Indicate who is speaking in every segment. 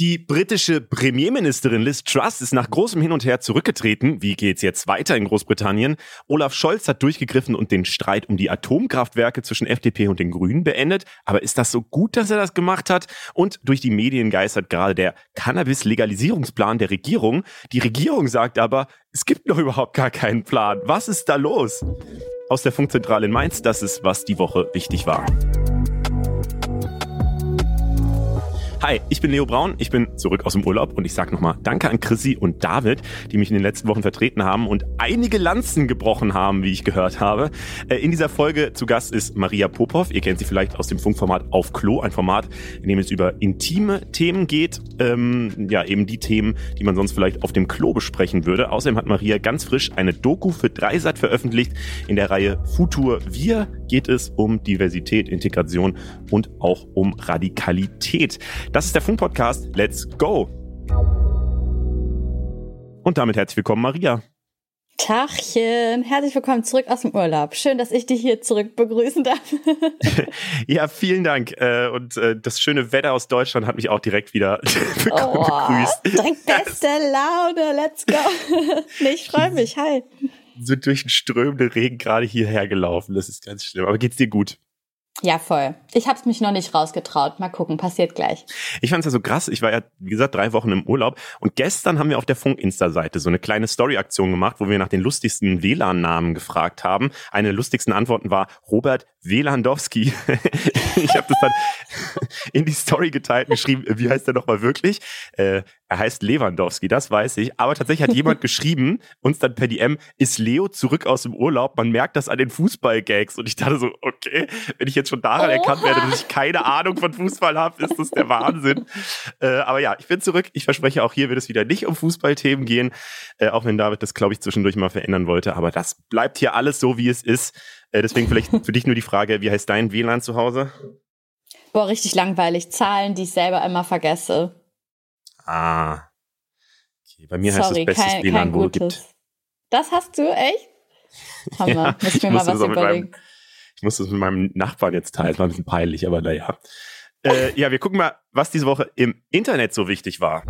Speaker 1: Die britische Premierministerin Liz Truss ist nach großem Hin und Her zurückgetreten. Wie geht's jetzt weiter in Großbritannien? Olaf Scholz hat durchgegriffen und den Streit um die Atomkraftwerke zwischen FDP und den Grünen beendet. Aber ist das so gut, dass er das gemacht hat? Und durch die Medien geistert gerade der Cannabis-Legalisierungsplan der Regierung. Die Regierung sagt aber, es gibt noch überhaupt gar keinen Plan. Was ist da los? Aus der Funkzentrale in Mainz, das ist, was die Woche wichtig war. Hi, ich bin Leo Braun, ich bin zurück aus dem Urlaub und ich sag nochmal Danke an Chrissy und David, die mich in den letzten Wochen vertreten haben und einige Lanzen gebrochen haben, wie ich gehört habe. In dieser Folge zu Gast ist Maria Popov. Ihr kennt sie vielleicht aus dem Funkformat Auf Klo, ein Format, in dem es über intime Themen geht. Eben die Themen, die man sonst vielleicht auf dem Klo besprechen würde. Außerdem hat Maria ganz frisch eine Doku für Dreisat veröffentlicht. In der Reihe Futur Wir geht es um Diversität, Integration und auch um Radikalität. Das ist der Funk-Podcast. Let's go! Und damit herzlich willkommen, Maria.
Speaker 2: Tachchen, herzlich willkommen zurück aus dem Urlaub. Schön, dass ich dich hier zurück begrüßen darf.
Speaker 1: Ja, vielen Dank. Und das schöne Wetter aus Deutschland hat mich auch direkt wieder begrüßt.
Speaker 2: Direkt beste Laune, let's go. Ich freue mich, hi.
Speaker 1: So durch den strömenden Regen gerade hierher gelaufen. Das ist ganz schlimm. Aber geht's dir gut?
Speaker 2: Ja, voll. Ich hab's mich noch nicht rausgetraut. Mal gucken, passiert gleich.
Speaker 1: Ich fand's ja so krass. Ich war ja, wie gesagt, 3 Wochen im Urlaub. Und gestern haben wir auf der Funk-Insta-Seite so eine kleine Story-Aktion gemacht, wo wir nach den lustigsten WLAN-Namen gefragt haben. Eine der lustigsten Antworten war Robert Wlandowski. Ich habe das dann in die Story geteilt und geschrieben, wie heißt der nochmal wirklich? Er heißt Lewandowski, das weiß ich. Aber tatsächlich hat jemand geschrieben, uns dann per DM, ist Leo zurück aus dem Urlaub? Man merkt das an den Fußball-Gags. Und ich dachte so, okay, wenn ich jetzt schon daran erkannt werde, dass ich keine Ahnung von Fußball habe, ist das der Wahnsinn. Aber ja, ich bin zurück. Ich verspreche, auch hier wird es wieder nicht um Fußballthemen gehen. Auch wenn David das, glaube ich, zwischendurch mal verändern wollte. Aber das bleibt hier alles so, wie es ist. Deswegen vielleicht für dich nur die Frage, wie heißt dein WLAN zu Hause?
Speaker 2: Boah, richtig langweilig. Zahlen, die ich selber immer vergesse.
Speaker 1: Ah. Okay, bei mir heißt es bestes WLAN, wo es gibt.
Speaker 2: Das hast du, echt? Hammer, muss ich mir mal was überlegen.
Speaker 1: Ich muss das mit meinem Nachbarn jetzt teilen, das war ein bisschen peinlich, aber naja. Wir gucken mal, was diese Woche im Internet so wichtig war.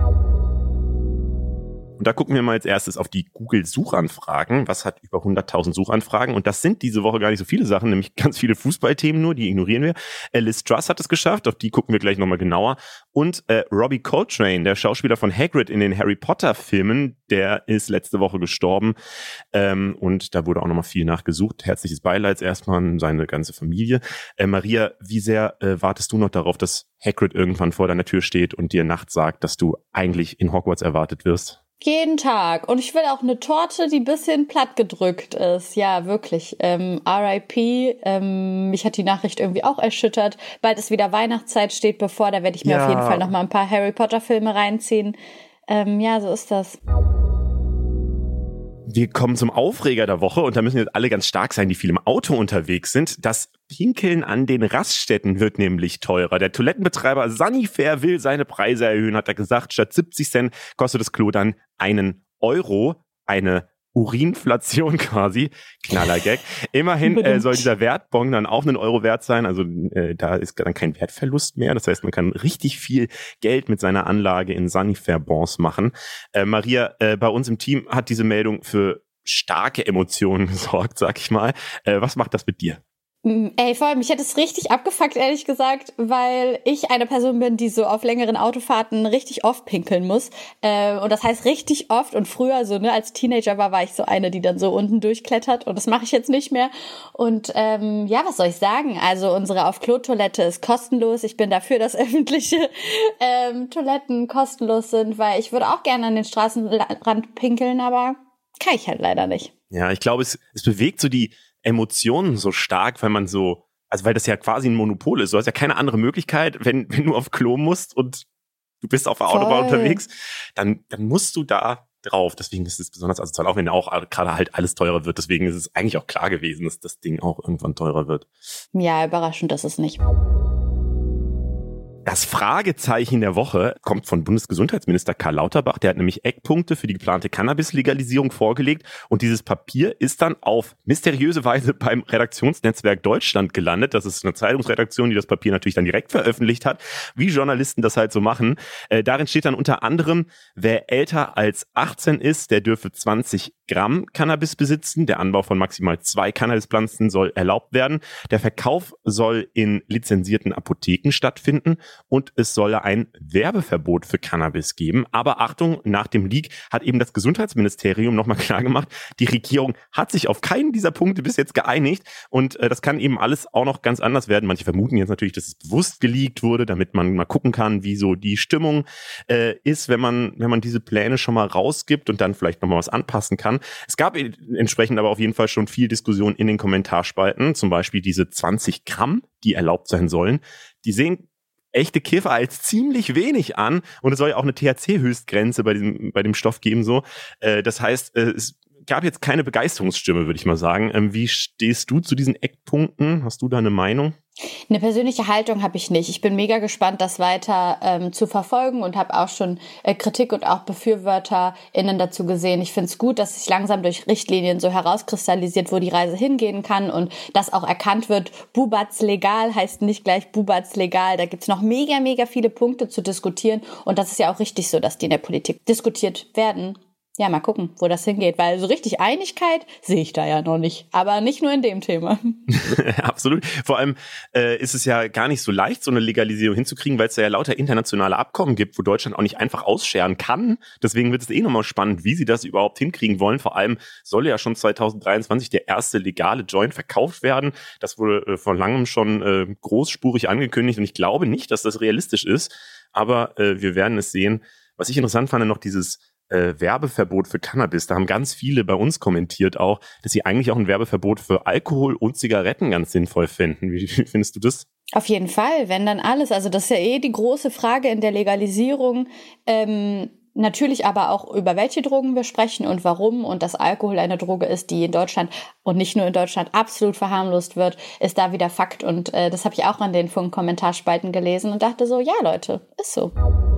Speaker 1: Und da gucken wir mal als erstes auf die Google-Suchanfragen. Was hat über 100.000 Suchanfragen? Und das sind diese Woche gar nicht so viele Sachen, nämlich ganz viele Fußballthemen nur, die ignorieren wir. Liz Truss hat es geschafft, auf die gucken wir gleich nochmal genauer. Und Robbie Coltrane, der Schauspieler von Hagrid in den Harry Potter-Filmen, der ist letzte Woche gestorben. Und da wurde auch nochmal viel nachgesucht. Herzliches Beileid erstmal an seine ganze Familie. Maria, wie sehr wartest du noch darauf, dass Hagrid irgendwann vor deiner Tür steht und dir nachts sagt, dass du eigentlich in Hogwarts erwartet wirst?
Speaker 2: Jeden Tag. Und ich will auch eine Torte, die ein bisschen platt gedrückt ist. Ja, wirklich. R.I.P. Mich hat die Nachricht irgendwie auch erschüttert. Bald ist wieder Weihnachtszeit, steht bevor. Da werde ich mir auf jeden Fall noch mal ein paar Harry Potter Filme reinziehen. So ist das.
Speaker 1: Wir kommen zum Aufreger der Woche und da müssen jetzt alle ganz stark sein, die viel im Auto unterwegs sind. Das Pinkeln an den Raststätten wird nämlich teurer. Der Toilettenbetreiber Sanifair will seine Preise erhöhen, hat er gesagt. Statt 70 Cent kostet das Klo dann einen Euro. Eine Urinflation quasi. Knallergag. Immerhin soll dieser Wertbon dann auch einen Euro wert sein. Also da ist dann kein Wertverlust mehr. Das heißt, man kann richtig viel Geld mit seiner Anlage in Sanifair-Bons machen. Maria, bei uns im Team hat diese Meldung für starke Emotionen gesorgt, sag ich mal. Was macht das mit dir?
Speaker 2: Ey, vor allem, mich hat es richtig abgefuckt, ehrlich gesagt, weil ich eine Person bin, die so auf längeren Autofahrten richtig oft pinkeln muss. Und das heißt richtig oft. Und früher so, als Teenager war ich so eine, die dann so unten durchklettert. Und das mache ich jetzt nicht mehr. Und was soll ich sagen? Also unsere Auf-Klo-Toilette ist kostenlos. Ich bin dafür, dass öffentliche Toiletten kostenlos sind, weil ich würde auch gerne an den Straßenrand pinkeln, aber kann ich halt leider nicht.
Speaker 1: Ja, ich glaube, es bewegt so die Emotionen so stark, weil das ja quasi ein Monopol ist. Du hast ja keine andere Möglichkeit, wenn du auf Klo musst und du bist auf der Autobahn unterwegs, dann musst du da drauf. Deswegen ist es besonders asozial, auch wenn auch gerade halt alles teurer wird. Deswegen ist es eigentlich auch klar gewesen, dass das Ding auch irgendwann teurer wird.
Speaker 2: Ja, überraschend ist es nicht.
Speaker 1: Das Fragezeichen der Woche kommt von Bundesgesundheitsminister Karl Lauterbach. Der hat nämlich Eckpunkte für die geplante Cannabis-Legalisierung vorgelegt. Und dieses Papier ist dann auf mysteriöse Weise beim Redaktionsnetzwerk Deutschland gelandet. Das ist eine Zeitungsredaktion, die das Papier natürlich dann direkt veröffentlicht hat, wie Journalisten das halt so machen. Darin steht dann unter anderem, wer älter als 18 ist, der dürfe 20 Gramm Cannabis besitzen. Der Anbau von maximal 2 Cannabispflanzen soll erlaubt werden. Der Verkauf soll in lizenzierten Apotheken stattfinden. Und es solle ein Werbeverbot für Cannabis geben. Aber Achtung, nach dem Leak hat eben das Gesundheitsministerium nochmal klargemacht, die Regierung hat sich auf keinen dieser Punkte bis jetzt geeinigt. Und das kann eben alles auch noch ganz anders werden. Manche vermuten jetzt natürlich, dass es bewusst geleakt wurde, damit man mal gucken kann, wie so die Stimmung ist, wenn man diese Pläne schon mal rausgibt und dann vielleicht nochmal was anpassen kann. Es gab entsprechend aber auf jeden Fall schon viel Diskussion in den Kommentarspalten. Zum Beispiel diese 20 Gramm, die erlaubt sein sollen. Die sehen echte Kiffer als ziemlich wenig an und es soll ja auch eine THC-Höchstgrenze bei dem Stoff geben, so. Das heißt, es gab jetzt keine Begeisterungsstimme, würde ich mal sagen. Wie stehst du zu diesen Eckpunkten? Hast du da eine Meinung?
Speaker 2: Eine persönliche Haltung habe ich nicht. Ich bin mega gespannt, das weiter zu verfolgen und habe auch schon Kritik und auch BefürworterInnen dazu gesehen. Ich finde es gut, dass sich langsam durch Richtlinien so herauskristallisiert, wo die Reise hingehen kann und dass auch erkannt wird, Bubatz legal heißt nicht gleich Bubatz legal. Da gibt's noch mega, mega viele Punkte zu diskutieren und das ist ja auch richtig so, dass die in der Politik diskutiert werden. Ja, mal gucken, wo das hingeht, weil so richtig Einigkeit sehe ich da ja noch nicht. Aber nicht nur in dem Thema.
Speaker 1: Absolut. Vor allem ist es ja gar nicht so leicht, so eine Legalisierung hinzukriegen, weil es ja lauter internationale Abkommen gibt, wo Deutschland auch nicht einfach ausscheren kann. Deswegen wird es nochmal spannend, wie sie das überhaupt hinkriegen wollen. Vor allem soll ja schon 2023 der erste legale Joint verkauft werden. Das wurde vor langem schon großspurig angekündigt und ich glaube nicht, dass das realistisch ist. Aber wir werden es sehen. Was ich interessant fand, noch dieses Werbeverbot für Cannabis. Da haben ganz viele bei uns kommentiert auch, dass sie eigentlich auch ein Werbeverbot für Alkohol und Zigaretten ganz sinnvoll finden. Wie findest du das?
Speaker 2: Auf jeden Fall, wenn dann alles. Also das ist ja die große Frage in der Legalisierung. Natürlich aber auch, über welche Drogen wir sprechen und warum. Und dass Alkohol eine Droge ist, die in Deutschland und nicht nur in Deutschland absolut verharmlost wird, ist da wieder Fakt. Und das habe ich auch an den Funk-Kommentarspalten gelesen und dachte so, ja Leute, ist so.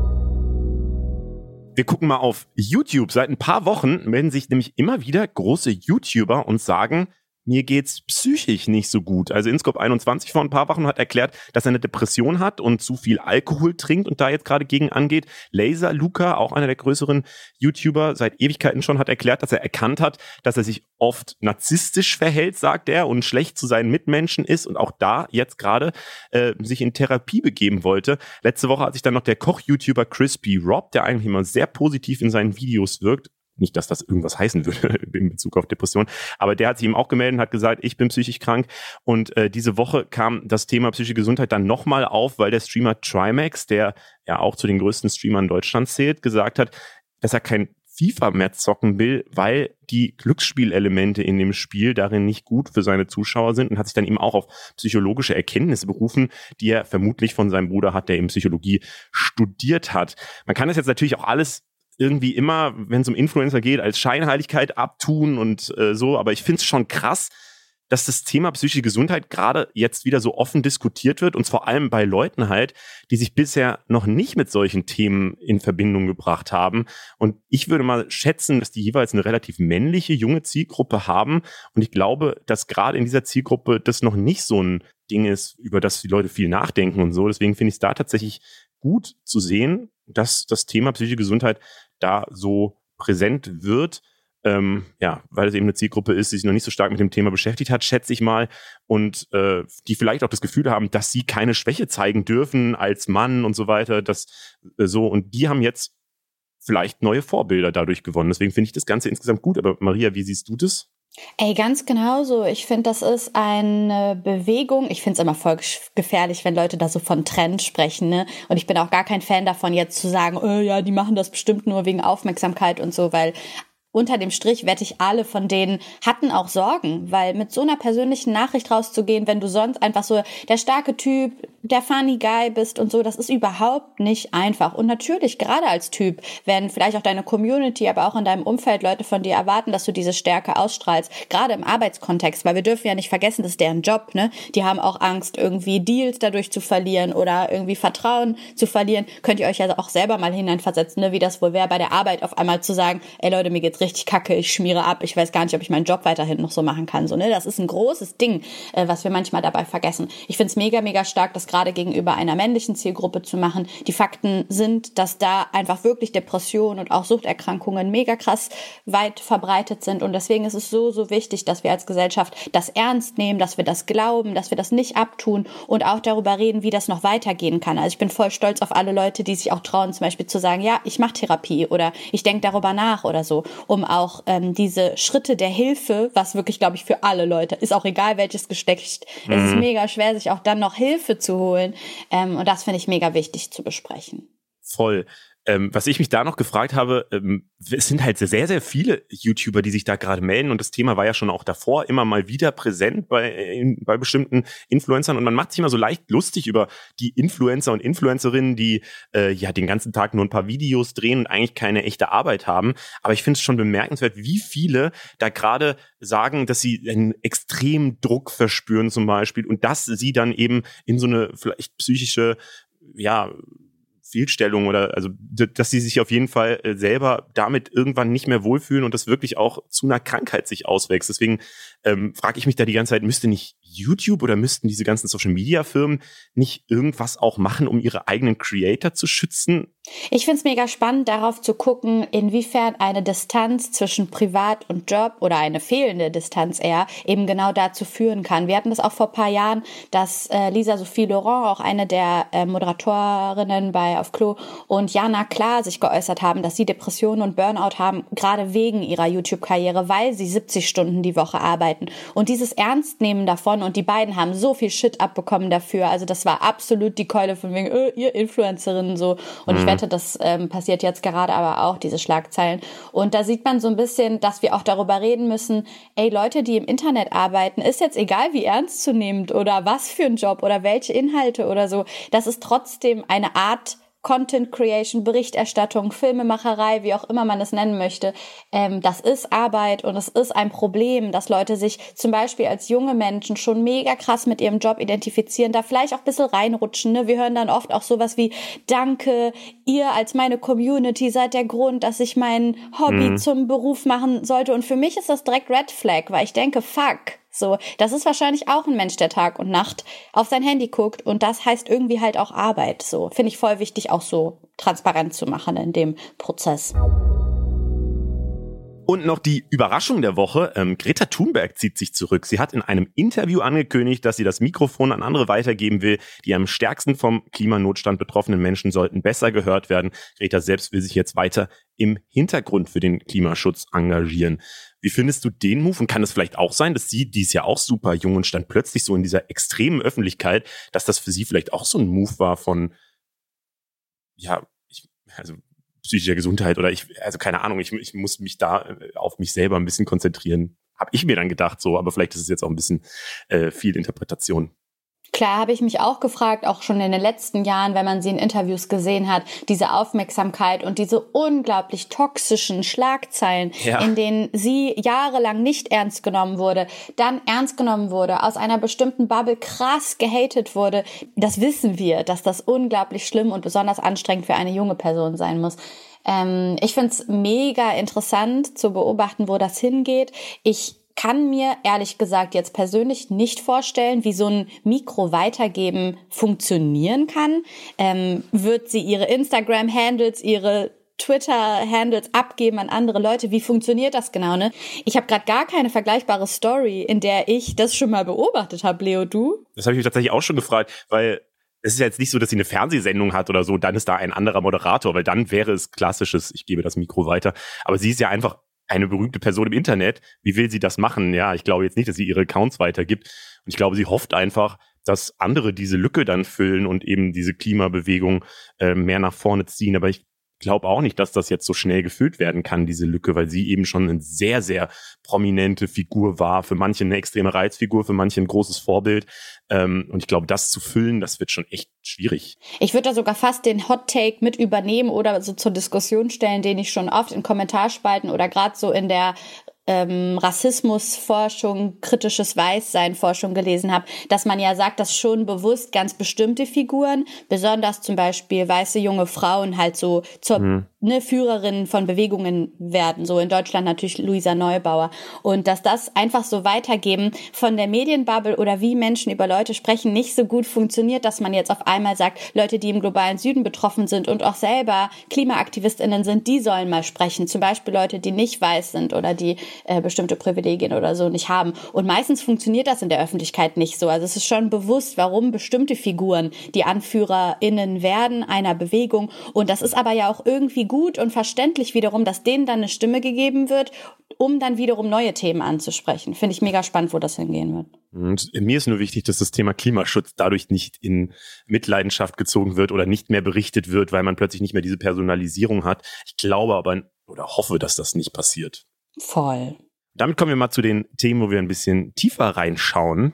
Speaker 1: Wir gucken mal auf YouTube. Seit ein paar Wochen melden sich nämlich immer wieder große YouTuber und sagen, mir geht's psychisch nicht so gut. Also Inscope21 vor ein paar Wochen hat erklärt, dass er eine Depression hat und zu viel Alkohol trinkt und da jetzt gerade gegen angeht. Laser Luca, auch einer der größeren YouTuber, seit Ewigkeiten schon, hat erklärt, dass er erkannt hat, dass er sich oft narzisstisch verhält, sagt er, und schlecht zu seinen Mitmenschen ist und auch da jetzt gerade sich in Therapie begeben wollte. Letzte Woche hat sich dann noch der Koch-YouTuber Crispy Rob, der eigentlich immer sehr positiv in seinen Videos wirkt, nicht, dass das irgendwas heißen würde in Bezug auf Depression, aber der hat sich ihm auch gemeldet und hat gesagt, ich bin psychisch krank und diese Woche kam das Thema psychische Gesundheit dann nochmal auf, weil der Streamer Trimax, der ja auch zu den größten Streamern Deutschlands zählt, gesagt hat, dass er kein FIFA mehr zocken will, weil die Glücksspielelemente in dem Spiel darin nicht gut für seine Zuschauer sind und hat sich dann eben auch auf psychologische Erkenntnisse berufen, die er vermutlich von seinem Bruder hat, der eben Psychologie studiert hat. Man kann das jetzt natürlich auch alles irgendwie immer, wenn es um Influencer geht, als Scheinheiligkeit abtun und so. Aber ich finde es schon krass, dass das Thema psychische Gesundheit gerade jetzt wieder so offen diskutiert wird und vor allem bei Leuten halt, die sich bisher noch nicht mit solchen Themen in Verbindung gebracht haben. Und ich würde mal schätzen, dass die jeweils eine relativ männliche, junge Zielgruppe haben. Und ich glaube, dass gerade in dieser Zielgruppe das noch nicht so ein Ding ist, über das die Leute viel nachdenken und so. Deswegen finde ich es da tatsächlich gut zu sehen, dass das Thema psychische Gesundheit da so präsent wird, weil es eben eine Zielgruppe ist, die sich noch nicht so stark mit dem Thema beschäftigt hat, schätze ich mal, und die vielleicht auch das Gefühl haben, dass sie keine Schwäche zeigen dürfen als Mann und so weiter, und die haben jetzt vielleicht neue Vorbilder dadurch gewonnen. Deswegen finde ich das Ganze insgesamt gut. Aber Maria, wie siehst du das?
Speaker 2: Ey, ganz genauso. Ich finde, das ist eine Bewegung. Ich finde es immer voll gefährlich, wenn Leute da so von Trend sprechen, ne? Und ich bin auch gar kein Fan davon, jetzt zu sagen, ja, die machen das bestimmt nur wegen Aufmerksamkeit und so, weil unter dem Strich wette ich, alle von denen hatten auch Sorgen, weil mit so einer persönlichen Nachricht rauszugehen, wenn du sonst einfach so der starke Typ, der funny Guy bist und so, das ist überhaupt nicht einfach. Und natürlich, gerade als Typ, wenn vielleicht auch deine Community, aber auch in deinem Umfeld Leute von dir erwarten, dass du diese Stärke ausstrahlst, gerade im Arbeitskontext, weil wir dürfen ja nicht vergessen, das ist deren Job, ne? Die haben auch Angst, irgendwie Deals dadurch zu verlieren oder irgendwie Vertrauen zu verlieren. Könnt ihr euch ja auch selber mal hineinversetzen, ne? Wie das wohl wäre, bei der Arbeit auf einmal zu sagen, ey Leute, mir geht's richtig kacke, ich schmiere ab, ich weiß gar nicht, ob ich meinen Job weiterhin noch so machen kann. So, ne? Das ist ein großes Ding, was wir manchmal dabei vergessen. Ich find's mega, mega stark, das gerade gegenüber einer männlichen Zielgruppe zu machen. Die Fakten sind, dass da einfach wirklich Depressionen und auch Suchterkrankungen mega krass weit verbreitet sind. Und deswegen ist es so, so wichtig, dass wir als Gesellschaft das ernst nehmen, dass wir das glauben, dass wir das nicht abtun und auch darüber reden, wie das noch weitergehen kann. Also ich bin voll stolz auf alle Leute, die sich auch trauen, zum Beispiel zu sagen, ja, ich mache Therapie oder ich denke darüber nach oder so, um auch diese Schritte der Hilfe, was wirklich, glaube ich, für alle Leute, ist auch egal, welches Geschlecht, es ist mega schwer, sich auch dann noch Hilfe zu holen. Und das finde ich mega wichtig zu besprechen.
Speaker 1: Voll. Was ich mich da noch gefragt habe, es sind halt sehr, sehr viele YouTuber, die sich da gerade melden und das Thema war ja schon auch davor immer mal wieder präsent bei bestimmten Influencern und man macht sich immer so leicht lustig über die Influencer und Influencerinnen, die ja den ganzen Tag nur ein paar Videos drehen und eigentlich keine echte Arbeit haben. Aber ich finde es schon bemerkenswert, wie viele da gerade sagen, dass sie einen extremen Druck verspüren zum Beispiel und dass sie dann eben in so eine vielleicht psychische, ja, Fehlstellung oder also, dass sie sich auf jeden Fall selber damit irgendwann nicht mehr wohlfühlen und das wirklich auch zu einer Krankheit sich auswächst. Deswegen frage ich mich da die ganze Zeit, müsste nicht YouTube oder müssten diese ganzen Social-Media-Firmen nicht irgendwas auch machen, um ihre eigenen Creator zu schützen?
Speaker 2: Ich finde es mega spannend, darauf zu gucken, inwiefern eine Distanz zwischen Privat und Job oder eine fehlende Distanz eher eben genau dazu führen kann. Wir hatten das auch vor ein paar Jahren, dass Lisa Sophie Laurent, auch eine der Moderatorinnen bei Auf Klo, und Jana Klar sich geäußert haben, dass sie Depressionen und Burnout haben, gerade wegen ihrer YouTube-Karriere, weil sie 70 Stunden die Woche arbeiten. Und dieses Ernstnehmen davon, und die beiden haben so viel Shit abbekommen dafür, also das war absolut die Keule von wegen, ihr Influencerinnen so. Und ich wette, das passiert jetzt gerade aber auch, diese Schlagzeilen. Und da sieht man so ein bisschen, dass wir auch darüber reden müssen, ey, Leute, die im Internet arbeiten, ist jetzt egal, wie ernstzunehmend oder was für ein Job oder welche Inhalte oder so, das ist trotzdem eine Art Content Creation, Berichterstattung, Filmemacherei, wie auch immer man es nennen möchte, das ist Arbeit und es ist ein Problem, dass Leute sich zum Beispiel als junge Menschen schon mega krass mit ihrem Job identifizieren, da vielleicht auch ein bisschen reinrutschen. Ne? Wir hören dann oft auch sowas wie, danke, ihr als meine Community seid der Grund, dass ich mein Hobby zum Beruf machen sollte. Und für mich ist das direkt Red Flag, weil ich denke, fuck. So, das ist wahrscheinlich auch ein Mensch, der Tag und Nacht auf sein Handy guckt und das heißt irgendwie halt auch Arbeit. So, finde ich voll wichtig, auch so transparent zu machen in dem Prozess.
Speaker 1: Und noch die Überraschung der Woche. Greta Thunberg zieht sich zurück. Sie hat in einem Interview angekündigt, dass sie das Mikrofon an andere weitergeben will, die am stärksten vom Klimanotstand betroffenen Menschen sollten besser gehört werden. Greta selbst will sich jetzt weiter im Hintergrund für den Klimaschutz engagieren. Wie findest du den Move? Und kann es vielleicht auch sein, dass sie, die ist ja auch super jung und stand plötzlich so in dieser extremen Öffentlichkeit, dass das für sie vielleicht auch so ein Move war von, ja, psychischer Gesundheit oder keine Ahnung, ich muss mich da auf mich selber ein bisschen konzentrieren. Hab ich mir dann gedacht so, aber vielleicht ist es jetzt auch ein bisschen viel Interpretation.
Speaker 2: Klar, habe ich mich auch gefragt, auch schon in den letzten Jahren, wenn man sie in Interviews gesehen hat, diese Aufmerksamkeit und diese unglaublich toxischen Schlagzeilen, in denen sie jahrelang nicht ernst genommen wurde, dann ernst genommen wurde, aus einer bestimmten Bubble krass gehatet wurde. Das wissen wir, dass das unglaublich schlimm und besonders anstrengend für eine junge Person sein muss. Ich finde es mega interessant zu beobachten, wo das hingeht. Ich kann mir ehrlich gesagt jetzt persönlich nicht vorstellen, wie so ein Mikro weitergeben funktionieren kann. Wird sie ihre Instagram-Handles, ihre Twitter-Handles abgeben an andere Leute? Wie funktioniert das genau, ne? Ich habe gerade gar keine vergleichbare Story, in der ich das schon mal beobachtet habe. Leo, du?
Speaker 1: Das habe ich mich tatsächlich auch schon gefragt, weil es ist ja jetzt nicht so, dass sie eine Fernsehsendung hat oder so, dann ist da ein anderer Moderator, weil dann wäre es klassisches, ich gebe das Mikro weiter. Aber sie ist ja einfach eine berühmte Person im Internet. Wie will sie das machen? Ja, ich glaube jetzt nicht, dass sie ihre Accounts weitergibt. Und ich glaube, sie hofft einfach, dass andere diese Lücke dann füllen und eben diese Klimabewegung mehr nach vorne ziehen. Aber ich glaube auch nicht, dass das jetzt so schnell gefüllt werden kann, diese Lücke, weil sie eben schon eine sehr, sehr prominente Figur war. Für manche eine extreme Reizfigur, für manche ein großes Vorbild. Und ich glaube, das zu füllen, das wird schon echt schwierig.
Speaker 2: Ich würde da sogar fast den Hot Take mit übernehmen oder so zur Diskussion stellen, den ich schon oft in Kommentarspalten oder gerade so in der Rassismusforschung, kritisches Weißsein-Forschung gelesen habe, dass man ja sagt, dass schon bewusst ganz bestimmte Figuren, besonders zum Beispiel weiße junge Frauen, halt so zur Führerinnen von Bewegungen werden. So in Deutschland natürlich Luisa Neubauer. Und dass das einfach so weitergeben von der Medienbubble oder wie Menschen über Leute sprechen, nicht so gut funktioniert, dass man jetzt auf einmal sagt, Leute, die im globalen Süden betroffen sind und auch selber KlimaaktivistInnen sind, die sollen mal sprechen. Zum Beispiel Leute, die nicht weiß sind oder die bestimmte Privilegien oder so nicht haben. Und meistens funktioniert das in der Öffentlichkeit nicht so. Also es ist schon bewusst, warum bestimmte Figuren die AnführerInnen werden einer Bewegung. Und das ist aber ja auch irgendwie gut und verständlich wiederum, dass denen dann eine Stimme gegeben wird, um dann wiederum neue Themen anzusprechen. Finde ich mega spannend, wo das hingehen wird.
Speaker 1: Und mir ist nur wichtig, dass das Thema Klimaschutz dadurch nicht in Mitleidenschaft gezogen wird oder nicht mehr berichtet wird, weil man plötzlich nicht mehr diese Personalisierung hat. Ich glaube aber oder hoffe, dass das nicht passiert.
Speaker 2: Voll.
Speaker 1: Damit kommen wir mal zu den Themen, wo wir ein bisschen tiefer reinschauen.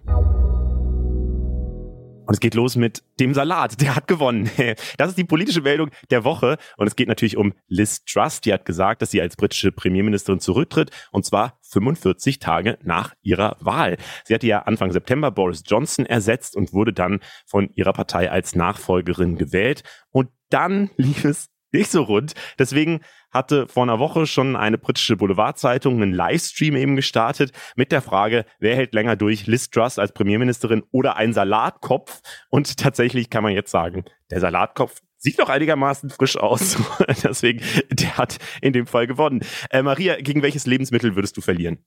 Speaker 1: Und es geht los mit dem Salat. Der hat gewonnen. Das ist die politische Meldung der Woche. Und es geht natürlich um Liz Truss. Die hat gesagt, dass sie als britische Premierministerin zurücktritt. Und zwar 45 Tage nach ihrer Wahl. Sie hatte ja Anfang September Boris Johnson ersetzt und wurde dann von ihrer Partei als Nachfolgerin gewählt. Und dann lief es nicht so rund. Deswegen hatte vor einer Woche schon eine britische Boulevardzeitung einen Livestream eben gestartet mit der Frage, wer hält länger durch, Liz Truss als Premierministerin oder ein Salatkopf? Und tatsächlich kann man jetzt sagen, der Salatkopf sieht noch einigermaßen frisch aus. Deswegen, der hat in dem Fall gewonnen. Maria, gegen welches Lebensmittel würdest du verlieren?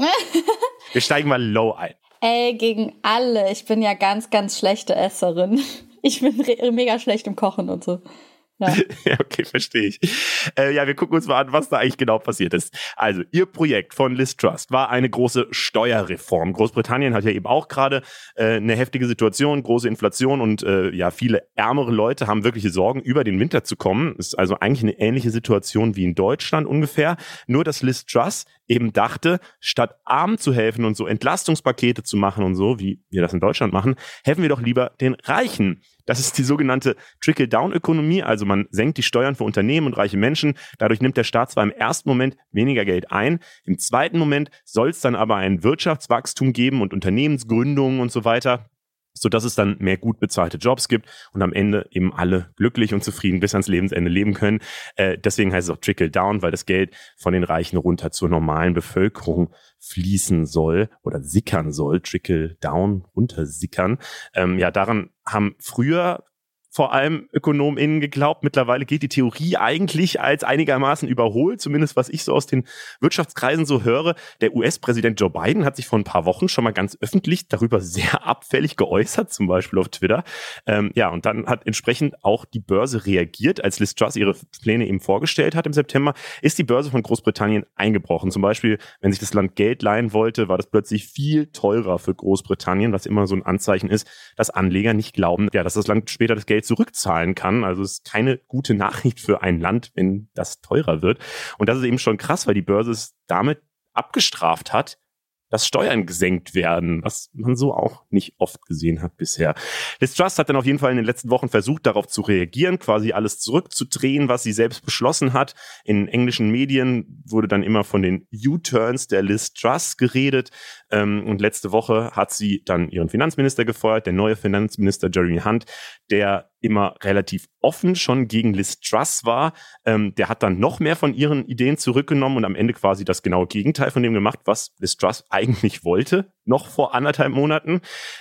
Speaker 1: Wir steigen mal low ein.
Speaker 2: Gegen alle. Ich bin ja ganz, ganz schlechte Esserin. Ich bin mega schlecht im Kochen und so. Ja.
Speaker 1: Ja, okay, verstehe ich. Ja, wir gucken uns mal an, was da eigentlich genau passiert ist. Also, ihr Projekt von Liz Truss war eine große Steuerreform. Großbritannien hat ja eben auch gerade eine heftige Situation, große Inflation und ja, viele ärmere Leute haben wirkliche Sorgen, über den Winter zu kommen. Ist also eigentlich eine ähnliche Situation wie in Deutschland ungefähr. Nur, dass Liz Truss eben dachte, statt Armen zu helfen und so Entlastungspakete zu machen und so, wie wir das in Deutschland machen, helfen wir doch lieber den Reichen. Das ist die sogenannte Trickle-Down-Ökonomie, also man senkt die Steuern für Unternehmen und reiche Menschen. Dadurch nimmt der Staat zwar im ersten Moment weniger Geld ein, im zweiten Moment soll es dann aber ein Wirtschaftswachstum geben und Unternehmensgründungen und so weiter, sodass es dann mehr gut bezahlte Jobs gibt und am Ende eben alle glücklich und zufrieden bis ans Lebensende leben können. Deswegen heißt es auch Trickle-Down, weil das Geld von den Reichen runter zur normalen Bevölkerung fließen soll oder sickern soll. Trickle-Down, runtersickern. Ja, daran haben früher vor allem ÖkonomInnen geglaubt. Mittlerweile geht die Theorie eigentlich als einigermaßen überholt, zumindest was ich so aus den Wirtschaftskreisen so höre. Der US-Präsident Joe Biden hat sich vor ein paar Wochen schon mal ganz öffentlich darüber sehr abfällig geäußert, zum Beispiel auf Twitter. Ja, und dann hat entsprechend auch die Börse reagiert. Als Liz Truss ihre Pläne eben vorgestellt hat im September, ist die Börse von Großbritannien eingebrochen. Zum Beispiel, wenn sich das Land Geld leihen wollte, war das plötzlich viel teurer für Großbritannien, was immer so ein Anzeichen ist, dass Anleger nicht glauben, ja, dass das Land später das Geld zurückzahlen kann. Also es ist keine gute Nachricht für ein Land, wenn das teurer wird. Und das ist eben schon krass, weil die Börse es damit abgestraft hat, dass Steuern gesenkt werden, was man so auch nicht oft gesehen hat bisher. Liz Truss hat dann auf jeden Fall in den letzten Wochen versucht, darauf zu reagieren, quasi alles zurückzudrehen, was sie selbst beschlossen hat. In englischen Medien wurde dann immer von den U-Turns der Liz Truss geredet. Und letzte Woche hat sie dann ihren Finanzminister gefeuert, der neue Finanzminister Jeremy Hunt, der immer relativ offen schon gegen Liz Truss war. Der hat dann noch mehr von ihren Ideen zurückgenommen und am Ende quasi das genaue Gegenteil von dem gemacht, was Liz Truss eigentlich wollte, noch vor 1,5 Monaten.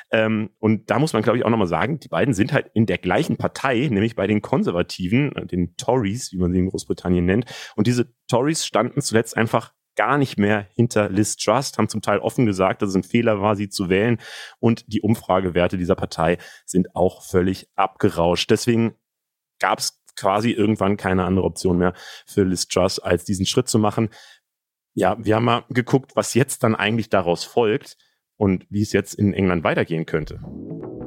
Speaker 1: Und da muss man, glaube ich, auch nochmal sagen, die beiden sind halt in der gleichen Partei, nämlich bei den Konservativen, den Tories, wie man sie in Großbritannien nennt. Und diese Tories standen zuletzt einfach gar nicht mehr hinter Liz Truss, haben zum Teil offen gesagt, dass es ein Fehler war, sie zu wählen. Und die Umfragewerte dieser Partei sind auch völlig abgerauscht. Deswegen gab es quasi irgendwann keine andere Option mehr für Liz Truss, als diesen Schritt zu machen. Ja, wir haben mal geguckt, was jetzt dann eigentlich daraus folgt und wie es jetzt in England weitergehen könnte.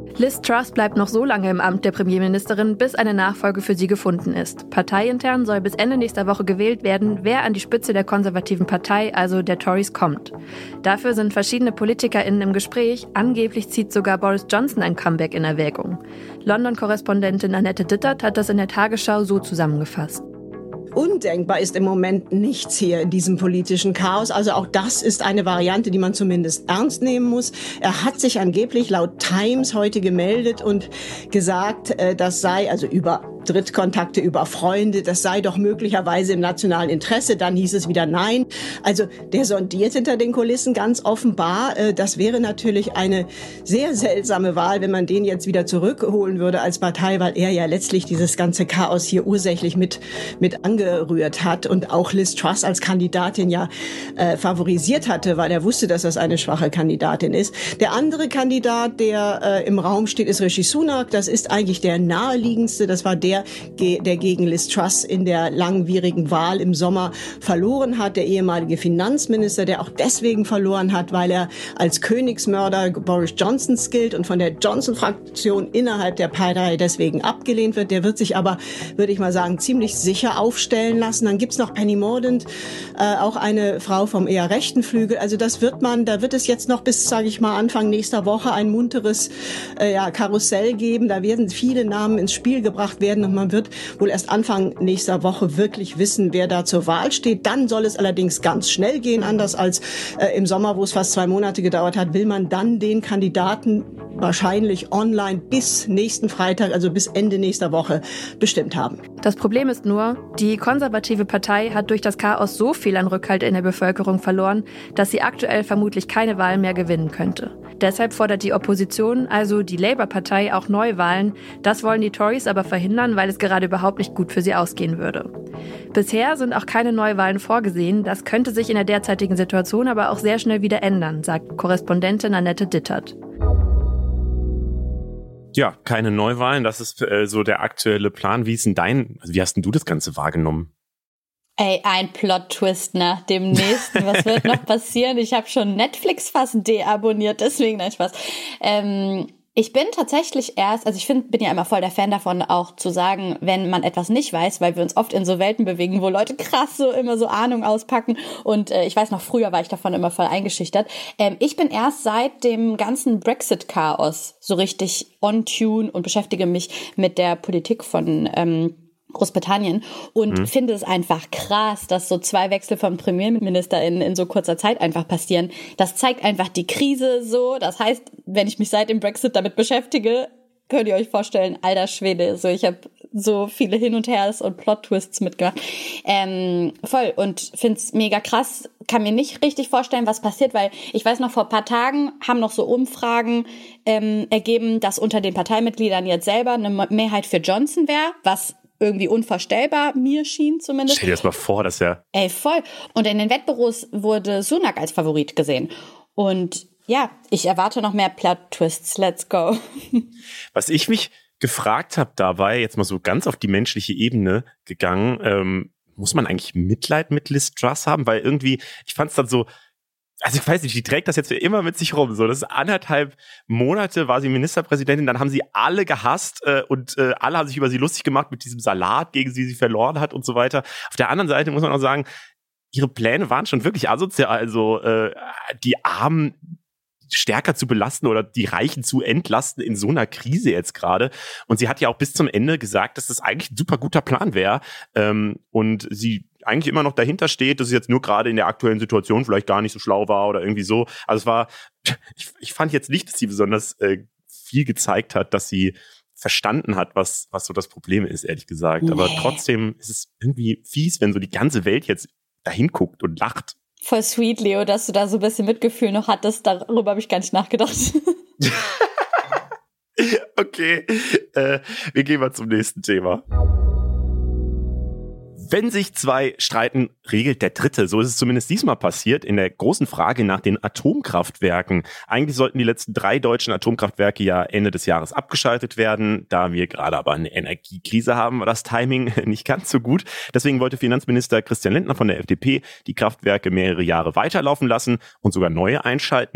Speaker 3: Liz Truss bleibt noch so lange im Amt der Premierministerin, bis eine Nachfolge für sie gefunden ist. Parteiintern soll bis Ende nächster Woche gewählt werden, wer an die Spitze der konservativen Partei, also der Tories, kommt. Dafür sind verschiedene PolitikerInnen im Gespräch. Angeblich zieht sogar Boris Johnson ein Comeback in Erwägung. London-Korrespondentin Annette Dittert hat das in der Tagesschau so zusammengefasst.
Speaker 4: Undenkbar ist im Moment nichts hier in diesem politischen Chaos. Also auch das ist eine Variante, die man zumindest ernst nehmen muss. Er hat sich angeblich laut Times heute gemeldet und gesagt, das sei also über Drittkontakte, über Freunde, das sei doch möglicherweise im nationalen Interesse. Dann hieß es wieder nein. Also der sondiert hinter den Kulissen ganz offenbar. Das wäre natürlich eine sehr seltsame Wahl, wenn man den jetzt wieder zurückholen würde als Partei, weil er ja letztlich dieses ganze Chaos hier ursächlich mit angerührt hat und auch Liz Truss als Kandidatin ja favorisiert hatte, weil er wusste, dass das eine schwache Kandidatin ist. Der andere Kandidat, der im Raum steht, ist Rishi Sunak. Das ist eigentlich der naheliegendste. Das war der gegen Liz Truss in der langwierigen Wahl im Sommer verloren hat. Der ehemalige Finanzminister, der auch deswegen verloren hat, weil er als Königsmörder Boris Johnsons gilt und von der Johnson-Fraktion innerhalb der Partei deswegen abgelehnt wird. Der wird sich aber, würde ich mal sagen, ziemlich sicher aufstellen lassen. Dann gibt's noch Penny Mordaunt, auch eine Frau vom eher rechten Flügel. Also da wird es jetzt noch bis, sage ich mal, Anfang nächster Woche ein munteres Karussell geben. Da werden viele Namen ins Spiel gebracht werden und man wird wohl erst Anfang nächster Woche wirklich wissen, wer da zur Wahl steht. Dann soll es allerdings ganz schnell gehen, anders als im Sommer, wo es fast 2 Monate gedauert hat, will man dann den Kandidaten wahrscheinlich online bis nächsten Freitag, also bis Ende nächster Woche bestimmt haben.
Speaker 3: Das Problem ist nur, die konservative Partei hat durch das Chaos so viel an Rückhalt in der Bevölkerung verloren, dass sie aktuell vermutlich keine Wahlen mehr gewinnen könnte. Deshalb fordert die Opposition, also die Labour-Partei, auch Neuwahlen. Das wollen die Tories aber verhindern, weil es gerade überhaupt nicht gut für sie ausgehen würde. Bisher sind auch keine Neuwahlen vorgesehen. Das könnte sich in der derzeitigen Situation aber auch sehr schnell wieder ändern, sagt Korrespondentin Annette Dittert.
Speaker 1: Ja, keine Neuwahlen, das ist so der aktuelle Plan. Wie hast denn du das Ganze wahrgenommen?
Speaker 2: Ey, ein Plot-Twist nach dem nächsten. Was wird noch passieren? Ich habe schon Netflix fast deabonniert, deswegen nein, Spaß. Ich bin tatsächlich bin ja immer voll der Fan davon, auch zu sagen, wenn man etwas nicht weiß, weil wir uns oft in so Welten bewegen, wo Leute krass immer so Ahnung auspacken. Und ich weiß noch, früher war ich davon immer voll eingeschüchtert. Ich bin erst seit dem ganzen Brexit-Chaos so richtig on tune und beschäftige mich mit der Politik von Großbritannien und finde es einfach krass, dass so 2 Wechsel von PremierministerInnen in so kurzer Zeit einfach passieren. Das zeigt einfach die Krise so. Das heißt, wenn ich mich seit dem Brexit damit beschäftige, könnt ihr euch vorstellen, alter Schwede, so ich habe so viele Hin und Hers und Plot-Twists mitgemacht. Voll und find's mega krass. Kann mir nicht richtig vorstellen, was passiert, weil ich weiß noch, vor ein paar Tagen haben noch so Umfragen ergeben, dass unter den Parteimitgliedern jetzt selber eine Mehrheit für Johnson wäre, was irgendwie unvorstellbar, mir schien zumindest.
Speaker 1: Stell dir das mal vor, dass ja...
Speaker 2: Ey, voll. Und in den Wettbüros wurde Sunak als Favorit gesehen. Und ja, ich erwarte noch mehr Plot-Twists. Let's go.
Speaker 1: Was ich mich gefragt habe dabei, jetzt mal so ganz auf die menschliche Ebene gegangen, muss man eigentlich Mitleid mit Liz Truss haben? Weil irgendwie, ich fand es dann so... Also ich weiß nicht, die trägt das jetzt für immer mit sich rum. So, das ist 1,5 Monate war sie Ministerpräsidentin, dann haben sie alle gehasst und alle haben sich über sie lustig gemacht mit diesem Salat, gegen sie verloren hat und so weiter. Auf der anderen Seite muss man auch sagen, ihre Pläne waren schon wirklich asozial. Also die Armen stärker zu belasten oder die Reichen zu entlasten in so einer Krise jetzt gerade. Und sie hat ja auch bis zum Ende gesagt, dass das eigentlich ein super guter Plan wäre. Und sie eigentlich immer noch dahinter steht, dass es jetzt nur gerade in der aktuellen Situation vielleicht gar nicht so schlau war oder irgendwie so. Also es war, ich fand jetzt nicht, dass sie besonders viel gezeigt hat, dass sie verstanden hat, was so das Problem ist, ehrlich gesagt. Nee. Aber trotzdem ist es irgendwie fies, wenn so die ganze Welt jetzt dahin guckt und lacht.
Speaker 2: Voll sweet, Leo, dass du da so ein bisschen Mitgefühl noch hattest. Darüber habe ich gar nicht nachgedacht.
Speaker 1: Okay, wir gehen mal zum nächsten Thema. Wenn sich 2 streiten, regelt der Dritte. So ist es zumindest diesmal passiert in der großen Frage nach den Atomkraftwerken. Eigentlich sollten die letzten 3 deutschen Atomkraftwerke ja Ende des Jahres abgeschaltet werden. Da wir gerade aber eine Energiekrise haben, war das Timing nicht ganz so gut. Deswegen wollte Finanzminister Christian Lindner von der FDP die Kraftwerke mehrere Jahre weiterlaufen lassen und sogar neue einschalten.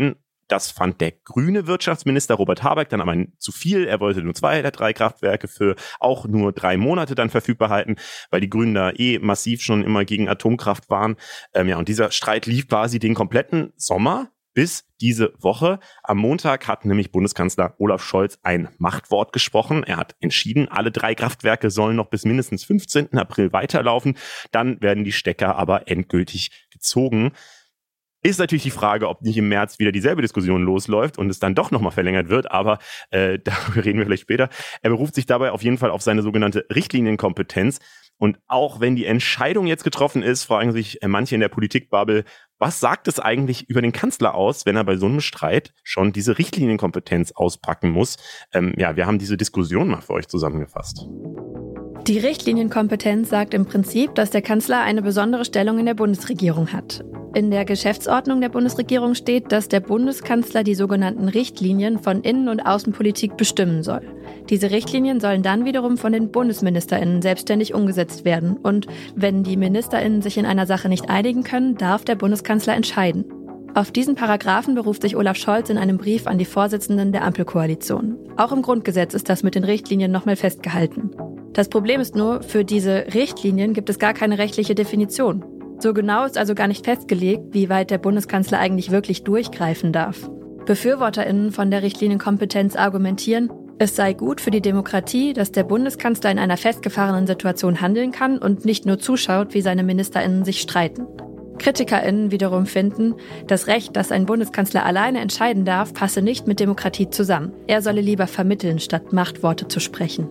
Speaker 1: Das fand der grüne Wirtschaftsminister Robert Habeck dann aber zu viel. Er wollte nur 2 der 3 Kraftwerke für auch nur 3 Monate dann verfügbar halten, weil die Grünen da massiv schon immer gegen Atomkraft waren. Und dieser Streit lief quasi den kompletten Sommer bis diese Woche. Am Montag hat nämlich Bundeskanzler Olaf Scholz ein Machtwort gesprochen. Er hat entschieden, alle 3 Kraftwerke sollen noch bis mindestens 15. April weiterlaufen. Dann werden die Stecker aber endgültig gezogen. Ist natürlich die Frage, ob nicht im März wieder dieselbe Diskussion losläuft und es dann doch nochmal verlängert wird, aber darüber reden wir vielleicht später. Er beruft sich dabei auf jeden Fall auf seine sogenannte Richtlinienkompetenz. Und auch wenn die Entscheidung jetzt getroffen ist, fragen sich manche in der Politikbubble, was sagt es eigentlich über den Kanzler aus, wenn er bei so einem Streit schon diese Richtlinienkompetenz auspacken muss? Wir haben diese Diskussion mal für euch zusammengefasst.
Speaker 3: Die Richtlinienkompetenz sagt im Prinzip, dass der Kanzler eine besondere Stellung in der Bundesregierung hat. In der Geschäftsordnung der Bundesregierung steht, dass der Bundeskanzler die sogenannten Richtlinien von Innen- und Außenpolitik bestimmen soll. Diese Richtlinien sollen dann wiederum von den BundesministerInnen selbstständig umgesetzt werden. Und wenn die MinisterInnen sich in einer Sache nicht einigen können, darf der Bundeskanzler entscheiden. Auf diesen Paragraphen beruft sich Olaf Scholz in einem Brief an die Vorsitzenden der Ampelkoalition. Auch im Grundgesetz ist das mit den Richtlinien nochmal festgehalten. Das Problem ist nur, für diese Richtlinien gibt es gar keine rechtliche Definition. So genau ist also gar nicht festgelegt, wie weit der Bundeskanzler eigentlich wirklich durchgreifen darf. BefürworterInnen von der Richtlinienkompetenz argumentieren, es sei gut für die Demokratie, dass der Bundeskanzler in einer festgefahrenen Situation handeln kann und nicht nur zuschaut, wie seine MinisterInnen sich streiten. KritikerInnen wiederum finden, das Recht, dass ein Bundeskanzler alleine entscheiden darf, passe nicht mit Demokratie zusammen. Er solle lieber vermitteln, statt Machtworte zu sprechen.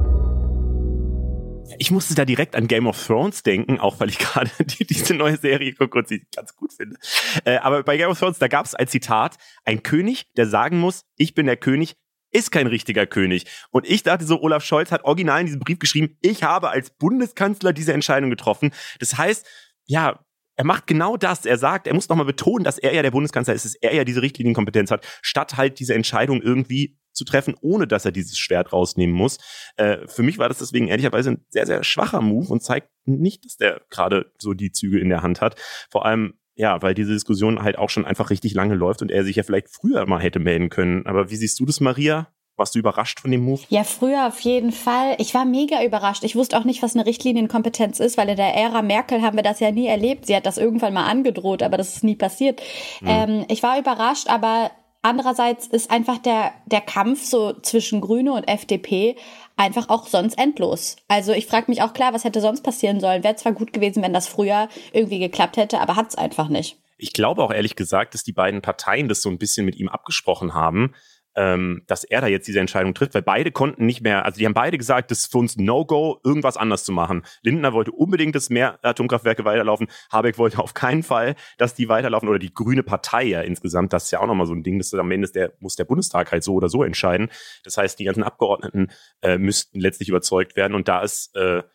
Speaker 1: Ich musste da direkt an Game of Thrones denken, auch weil ich gerade diese neue Serie gucke und sie ganz gut finde. Aber bei Game of Thrones, da gab es ein Zitat, ein König, der sagen muss, ich bin der König, ist kein richtiger König. Und ich dachte so, Olaf Scholz hat original in diesem Brief geschrieben, ich habe als Bundeskanzler diese Entscheidung getroffen. Das heißt, ja, er macht genau das. Er sagt, er muss nochmal betonen, dass er ja der Bundeskanzler ist, dass er ja diese Richtlinienkompetenz hat, statt halt diese Entscheidung irgendwie zu treffen, ohne dass er dieses Schwert rausnehmen muss. Für mich war das deswegen ehrlicherweise ein sehr, sehr schwacher Move und zeigt nicht, dass der gerade so die Züge in der Hand hat. Vor allem, ja, weil diese Diskussion halt auch schon einfach richtig lange läuft und er sich ja vielleicht früher mal hätte melden können. Aber wie siehst du das, Maria? Warst du überrascht von dem Move?
Speaker 2: Ja, früher auf jeden Fall. Ich war mega überrascht. Ich wusste auch nicht, was eine Richtlinienkompetenz ist, weil in der Ära Merkel haben wir das ja nie erlebt. Sie hat das irgendwann mal angedroht, aber das ist nie passiert. Ich war überrascht, aber andererseits ist einfach der Kampf so zwischen Grüne und FDP einfach auch sonst endlos. Also ich frage mich auch, klar, was hätte sonst passieren sollen? Wäre zwar gut gewesen, wenn das früher irgendwie geklappt hätte, aber hat's einfach nicht.
Speaker 1: Ich glaube auch ehrlich gesagt, dass die beiden Parteien das so ein bisschen mit ihm abgesprochen haben, dass er da jetzt diese Entscheidung trifft, weil beide konnten nicht mehr, also die haben beide gesagt, das ist für uns No-Go, irgendwas anders zu machen. Lindner wollte unbedingt, dass mehr Atomkraftwerke weiterlaufen, Habeck wollte auf keinen Fall, dass die weiterlaufen, oder die Grüne Partei ja insgesamt, das ist ja auch nochmal so ein Ding, dass am Ende muss der Bundestag halt so oder so entscheiden. Das heißt, die ganzen Abgeordneten müssten letztlich überzeugt werden und da ist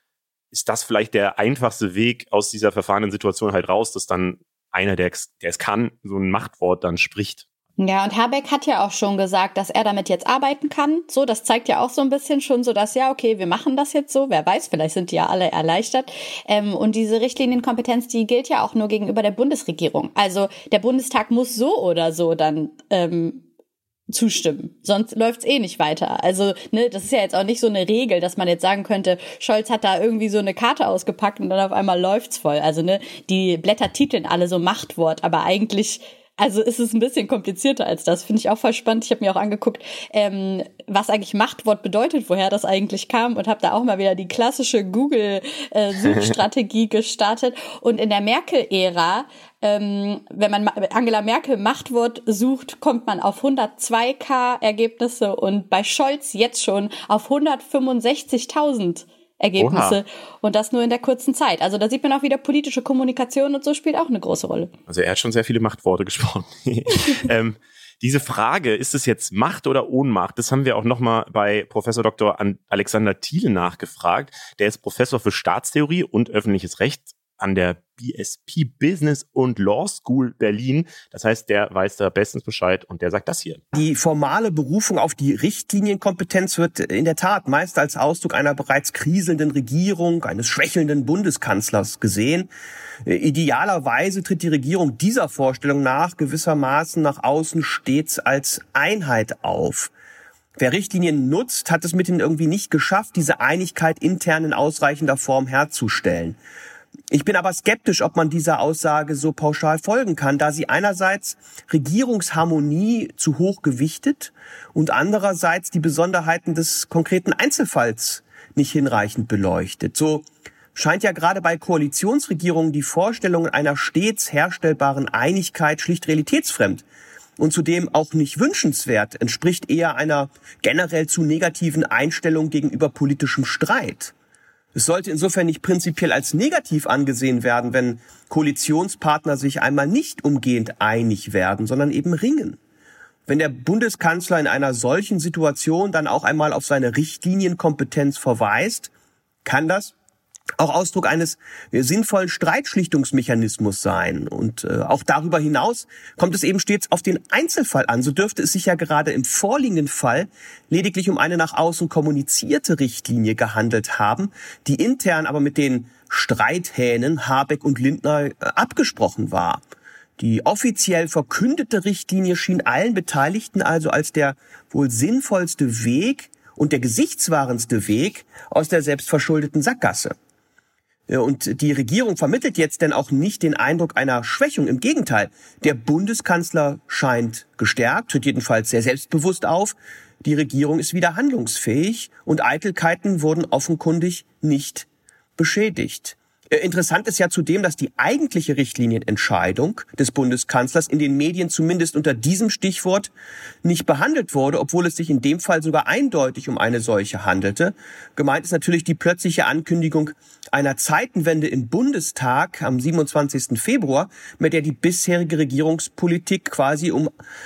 Speaker 1: das vielleicht der einfachste Weg aus dieser verfahrenen Situation halt raus, dass dann einer, der es kann, so ein Machtwort dann spricht.
Speaker 2: Ja, und Habeck hat ja auch schon gesagt, dass er damit jetzt arbeiten kann. So, das zeigt ja auch so ein bisschen schon so, dass ja, okay, wir machen das jetzt so. Wer weiß, vielleicht sind die ja alle erleichtert. Und diese Richtlinienkompetenz, die gilt ja auch nur gegenüber der Bundesregierung. Also der Bundestag muss so oder so dann zustimmen. Sonst läuft's eh nicht weiter. Also, das ist ja jetzt auch nicht so eine Regel, dass man jetzt sagen könnte, Scholz hat da irgendwie so eine Karte ausgepackt und dann auf einmal läuft's voll. Also, die Blätter titeln alle so Machtwort, aber eigentlich also ist es ein bisschen komplizierter als das. Finde ich auch voll spannend. Ich habe mir auch angeguckt, was eigentlich Machtwort bedeutet, woher das eigentlich kam und habe da auch mal wieder die klassische Google-Suchstrategie gestartet. Und in der Merkel-Ära, wenn man Angela Merkel Machtwort sucht, kommt man auf 102.000 Ergebnisse und bei Scholz jetzt schon auf 165.000 Ergebnisse. Oha. Und das nur in der kurzen Zeit. Also da sieht man auch wieder, politische Kommunikation und so spielt auch eine große Rolle.
Speaker 1: Also er hat schon sehr viele Machtworte gesprochen. Diese Frage, ist es jetzt Macht oder Ohnmacht, das haben wir auch nochmal bei Professor Dr. Alexander Thiele nachgefragt. Der ist Professor für Staatstheorie und öffentliches Recht an der BSP Business und Law School Berlin. Das heißt, der weiß da bestens Bescheid und der sagt das hier.
Speaker 5: Die formale Berufung auf die Richtlinienkompetenz wird in der Tat meist als Ausdruck einer bereits kriselnden Regierung, eines schwächelnden Bundeskanzlers gesehen. Idealerweise tritt die Regierung dieser Vorstellung nach gewissermaßen nach außen stets als Einheit auf. Wer Richtlinien nutzt, hat es mithin irgendwie nicht geschafft, diese Einigkeit intern in ausreichender Form herzustellen. Ich bin aber skeptisch, ob man dieser Aussage so pauschal folgen kann, da sie einerseits Regierungsharmonie zu hoch gewichtet und andererseits die Besonderheiten des konkreten Einzelfalls nicht hinreichend beleuchtet. So scheint ja gerade bei Koalitionsregierungen die Vorstellung einer stets herstellbaren Einigkeit schlicht realitätsfremd und zudem auch nicht wünschenswert, entspricht eher einer generell zu negativen Einstellung gegenüber politischem Streit. Es sollte insofern nicht prinzipiell als negativ angesehen werden, wenn Koalitionspartner sich einmal nicht umgehend einig werden, sondern eben ringen. Wenn der Bundeskanzler in einer solchen Situation dann auch einmal auf seine Richtlinienkompetenz verweist, kann das auch Ausdruck eines sinnvollen Streitschlichtungsmechanismus sein. Und auch darüber hinaus kommt es eben stets auf den Einzelfall an. So dürfte es sich ja gerade im vorliegenden Fall lediglich um eine nach außen kommunizierte Richtlinie gehandelt haben, die intern aber mit den Streithähnen Habeck und Lindner abgesprochen war. Die offiziell verkündete Richtlinie schien allen Beteiligten also als der wohl sinnvollste Weg und der gesichtswahrendste Weg aus der selbstverschuldeten Sackgasse. Und die Regierung vermittelt jetzt denn auch nicht den Eindruck einer Schwächung. Im Gegenteil, der Bundeskanzler scheint gestärkt, tritt jedenfalls sehr selbstbewusst auf. Die Regierung ist wieder handlungsfähig und Eitelkeiten wurden offenkundig nicht beschädigt. Interessant ist ja zudem, dass die eigentliche Richtlinienentscheidung des Bundeskanzlers in den Medien zumindest unter diesem Stichwort nicht behandelt wurde, obwohl es sich in dem Fall sogar eindeutig um eine solche handelte. Gemeint ist natürlich die plötzliche Ankündigung einer Zeitenwende im Bundestag am 27. Februar, mit der die bisherige Regierungspolitik quasi um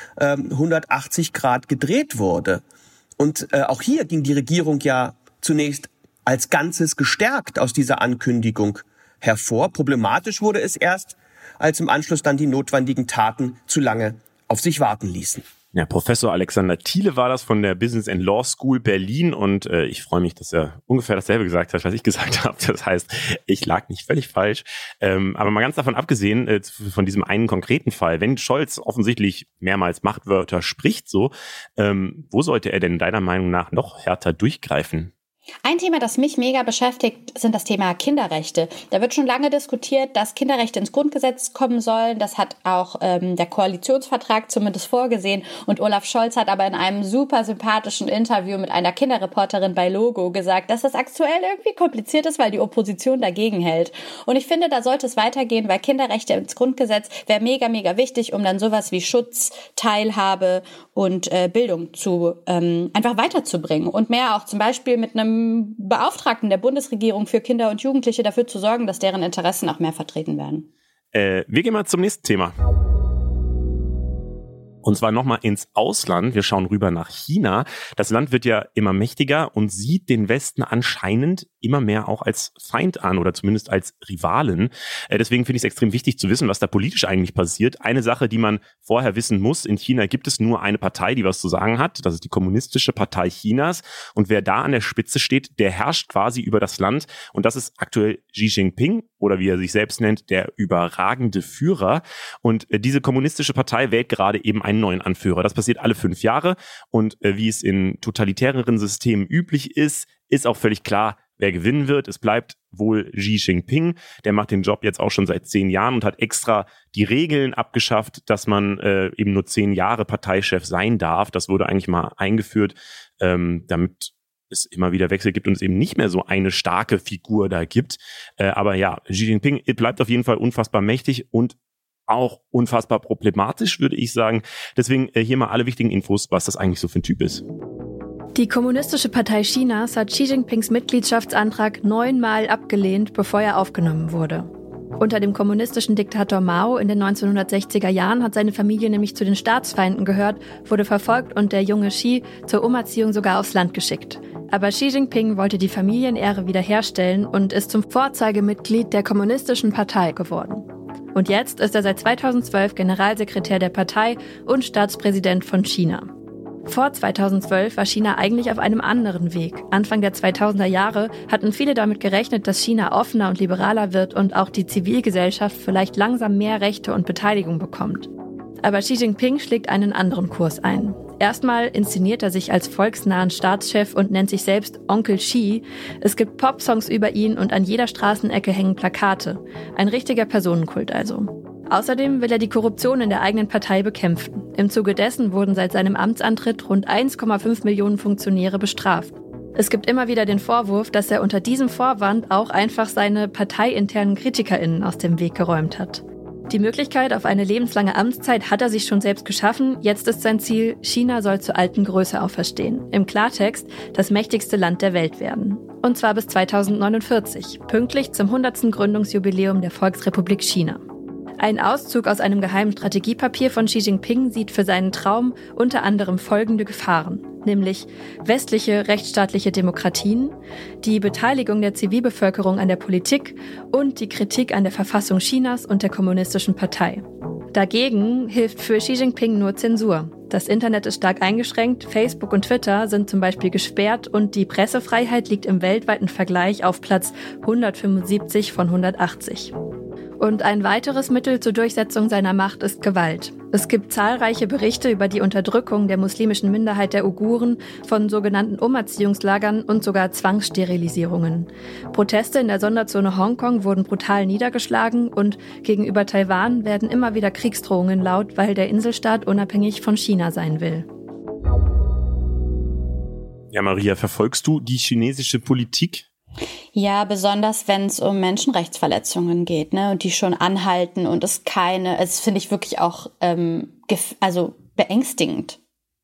Speaker 5: 180 Grad gedreht wurde. Und auch hier ging die Regierung ja zunächst als Ganzes gestärkt aus dieser Ankündigung hervor. Problematisch wurde es erst, als im Anschluss dann die notwendigen Taten zu lange auf sich warten ließen.
Speaker 1: Ja, Professor Alexander Thiele war das von der Business and Law School Berlin und ich freue mich, dass er ungefähr dasselbe gesagt hat, was ich gesagt habe. Das heißt, ich lag nicht völlig falsch. Aber mal ganz davon abgesehen, von diesem einen konkreten Fall, wenn Scholz offensichtlich mehrmals Machtwörter spricht, wo sollte er denn deiner Meinung nach noch härter durchgreifen?
Speaker 2: Ein Thema, das mich mega beschäftigt, sind das Thema Kinderrechte. Da wird schon lange diskutiert, dass Kinderrechte ins Grundgesetz kommen sollen. Das hat auch der Koalitionsvertrag zumindest vorgesehen. Und Olaf Scholz hat aber in einem super sympathischen Interview mit einer Kinderreporterin bei Logo gesagt, dass das aktuell irgendwie kompliziert ist, weil die Opposition dagegen hält. Und ich finde, da sollte es weitergehen, weil Kinderrechte ins Grundgesetz wäre mega, mega wichtig, um dann sowas wie Schutz, Teilhabe und Bildung einfach weiterzubringen. Und mehr auch zum Beispiel mit einem Beauftragten der Bundesregierung für Kinder und Jugendliche dafür zu sorgen, dass deren Interessen auch mehr vertreten werden.
Speaker 1: Wir gehen mal zum nächsten Thema. Und zwar nochmal ins Ausland. Wir schauen rüber nach China. Das Land wird ja immer mächtiger und sieht den Westen anscheinend immer mehr auch als Feind an oder zumindest als Rivalen. Deswegen finde ich es extrem wichtig zu wissen, was da politisch eigentlich passiert. Eine Sache, die man vorher wissen muss, in China gibt es nur eine Partei, die was zu sagen hat. Das ist die Kommunistische Partei Chinas. Und wer da an der Spitze steht, der herrscht quasi über das Land. Und das ist aktuell Xi Jinping oder wie er sich selbst nennt, der überragende Führer. Und diese kommunistische Partei wählt gerade eben einen neuen Anführer. Das passiert alle 5 Jahre. Und wie es in totalitäreren Systemen üblich ist auch völlig klar, wer gewinnen wird. Es bleibt wohl Xi Jinping. Der macht den Job jetzt auch schon seit 10 Jahren und hat extra die Regeln abgeschafft, dass man eben nur 10 Jahre Parteichef sein darf. Das wurde eigentlich mal eingeführt, damit es immer wieder Wechsel gibt und es eben nicht mehr so eine starke Figur da gibt. Aber ja, Xi Jinping bleibt auf jeden Fall unfassbar mächtig und auch unfassbar problematisch, würde ich sagen. Deswegen hier mal alle wichtigen Infos, was das eigentlich so für ein Typ ist.
Speaker 3: Die Kommunistische Partei Chinas hat Xi Jinpings Mitgliedschaftsantrag 9-mal abgelehnt, bevor er aufgenommen wurde. Unter dem kommunistischen Diktator Mao in den 1960er Jahren hat seine Familie nämlich zu den Staatsfeinden gehört, wurde verfolgt und der junge Xi zur Umerziehung sogar aufs Land geschickt. Aber Xi Jinping wollte die Familienehre wiederherstellen und ist zum Vorzeigemitglied der Kommunistischen Partei geworden. Und jetzt ist er seit 2012 Generalsekretär der Partei und Staatspräsident von China. Vor 2012 war China eigentlich auf einem anderen Weg. Anfang der 2000er Jahre hatten viele damit gerechnet, dass China offener und liberaler wird und auch die Zivilgesellschaft vielleicht langsam mehr Rechte und Beteiligung bekommt. Aber Xi Jinping schlägt einen anderen Kurs ein. Erstmal inszeniert er sich als volksnahen Staatschef und nennt sich selbst Onkel Xi. Es gibt Popsongs über ihn und an jeder Straßenecke hängen Plakate. Ein richtiger Personenkult also. Außerdem will er die Korruption in der eigenen Partei bekämpfen. Im Zuge dessen wurden seit seinem Amtsantritt rund 1,5 Millionen Funktionäre bestraft. Es gibt immer wieder den Vorwurf, dass er unter diesem Vorwand auch einfach seine parteiinternen KritikerInnen aus dem Weg geräumt hat. Die Möglichkeit auf eine lebenslange Amtszeit hat er sich schon selbst geschaffen. Jetzt ist sein Ziel, China soll zur alten Größe auferstehen. Im Klartext, das mächtigste Land der Welt werden. Und zwar bis 2049, pünktlich zum 100. Gründungsjubiläum der Volksrepublik China. Ein Auszug aus einem geheimen Strategiepapier von Xi Jinping sieht für seinen Traum unter anderem folgende Gefahren, nämlich westliche rechtsstaatliche Demokratien, die Beteiligung der Zivilbevölkerung an der Politik und die Kritik an der Verfassung Chinas und der Kommunistischen Partei. Dagegen hilft für Xi Jinping nur Zensur. Das Internet ist stark eingeschränkt, Facebook und Twitter sind zum Beispiel gesperrt und die Pressefreiheit liegt im weltweiten Vergleich auf Platz 175 von 180. Und ein weiteres Mittel zur Durchsetzung seiner Macht ist Gewalt. Es gibt zahlreiche Berichte über die Unterdrückung der muslimischen Minderheit der Uiguren, von sogenannten Umerziehungslagern und sogar Zwangssterilisierungen. Proteste in der Sonderzone Hongkong wurden brutal niedergeschlagen und gegenüber Taiwan werden immer wieder Kriegsdrohungen laut, weil der Inselstaat unabhängig von China sein will.
Speaker 1: Ja, Maria, verfolgst du die chinesische Politik?
Speaker 2: Ja, besonders wenn es um Menschenrechtsverletzungen geht, ne, und die schon anhalten und es finde ich wirklich auch beängstigend.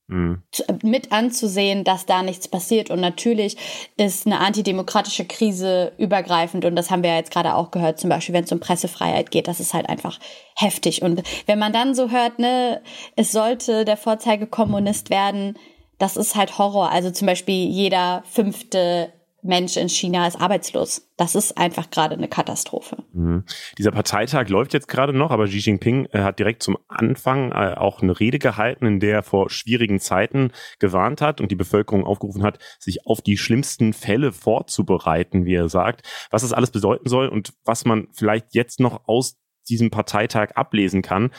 Speaker 2: Mit anzusehen, dass da nichts passiert. Und natürlich ist eine antidemokratische Krise übergreifend. Und das haben wir ja jetzt gerade auch gehört, zum Beispiel, wenn es um Pressefreiheit geht. Das ist halt einfach heftig. Und wenn man dann so hört, ne, es sollte der Vorzeigekommunist werden, das ist halt Horror. Also zum Beispiel jeder 5. Mensch in China ist arbeitslos. Das ist einfach gerade eine Katastrophe.
Speaker 1: Dieser Parteitag läuft jetzt gerade noch, aber Xi Jinping hat direkt zum Anfang auch eine Rede gehalten, in der er vor schwierigen Zeiten gewarnt hat und die Bevölkerung aufgerufen hat, sich auf die schlimmsten Fälle vorzubereiten, wie er sagt. Was das alles bedeuten soll und was man vielleicht jetzt noch aus diesem Parteitag ablesen kann.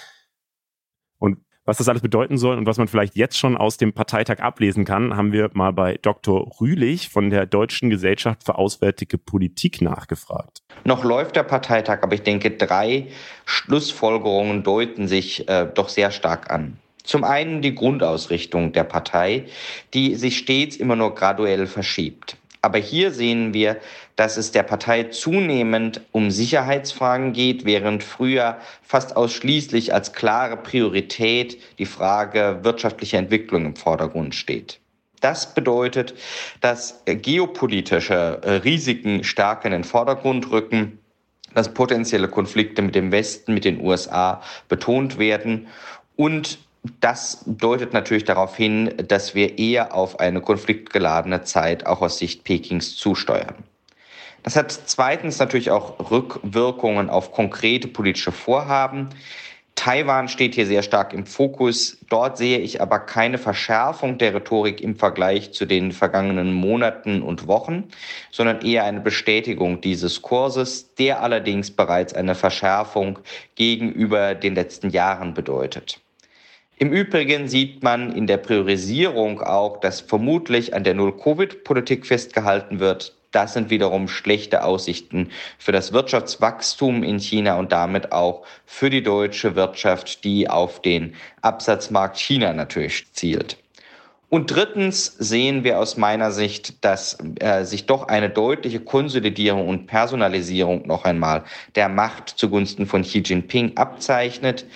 Speaker 1: Und was das alles bedeuten soll und was man vielleicht jetzt schon aus dem Parteitag ablesen kann, haben wir mal bei Dr. Rühlich von der Deutschen Gesellschaft für Auswärtige Politik nachgefragt.
Speaker 6: Noch läuft der Parteitag, aber ich denke, 3 Schlussfolgerungen deuten sich doch sehr stark an. Zum einen die Grundausrichtung der Partei, die sich stets immer nur graduell verschiebt. Aber hier sehen wir, dass es der Partei zunehmend um Sicherheitsfragen geht, während früher fast ausschließlich als klare Priorität die Frage wirtschaftlicher Entwicklung im Vordergrund steht. Das bedeutet, dass geopolitische Risiken stärker in den Vordergrund rücken, dass potenzielle Konflikte mit dem Westen, mit den USA betont werden und das deutet natürlich darauf hin, dass wir eher auf eine konfliktgeladene Zeit auch aus Sicht Pekings zusteuern. Das hat zweitens natürlich auch Rückwirkungen auf konkrete politische Vorhaben. Taiwan steht hier sehr stark im Fokus. Dort sehe ich aber keine Verschärfung der Rhetorik im Vergleich zu den vergangenen Monaten und Wochen, sondern eher eine Bestätigung dieses Kurses, der allerdings bereits eine Verschärfung gegenüber den letzten Jahren bedeutet. Im Übrigen sieht man in der Priorisierung auch, dass vermutlich an der Null-Covid-Politik festgehalten wird. Das sind wiederum schlechte Aussichten für das Wirtschaftswachstum in China und damit auch für die deutsche Wirtschaft, die auf den Absatzmarkt China natürlich zielt. Und drittens sehen wir aus meiner Sicht, dass sich doch eine deutliche Konsolidierung und Personalisierung noch einmal der Macht zugunsten von Xi Jinping abzeichnet.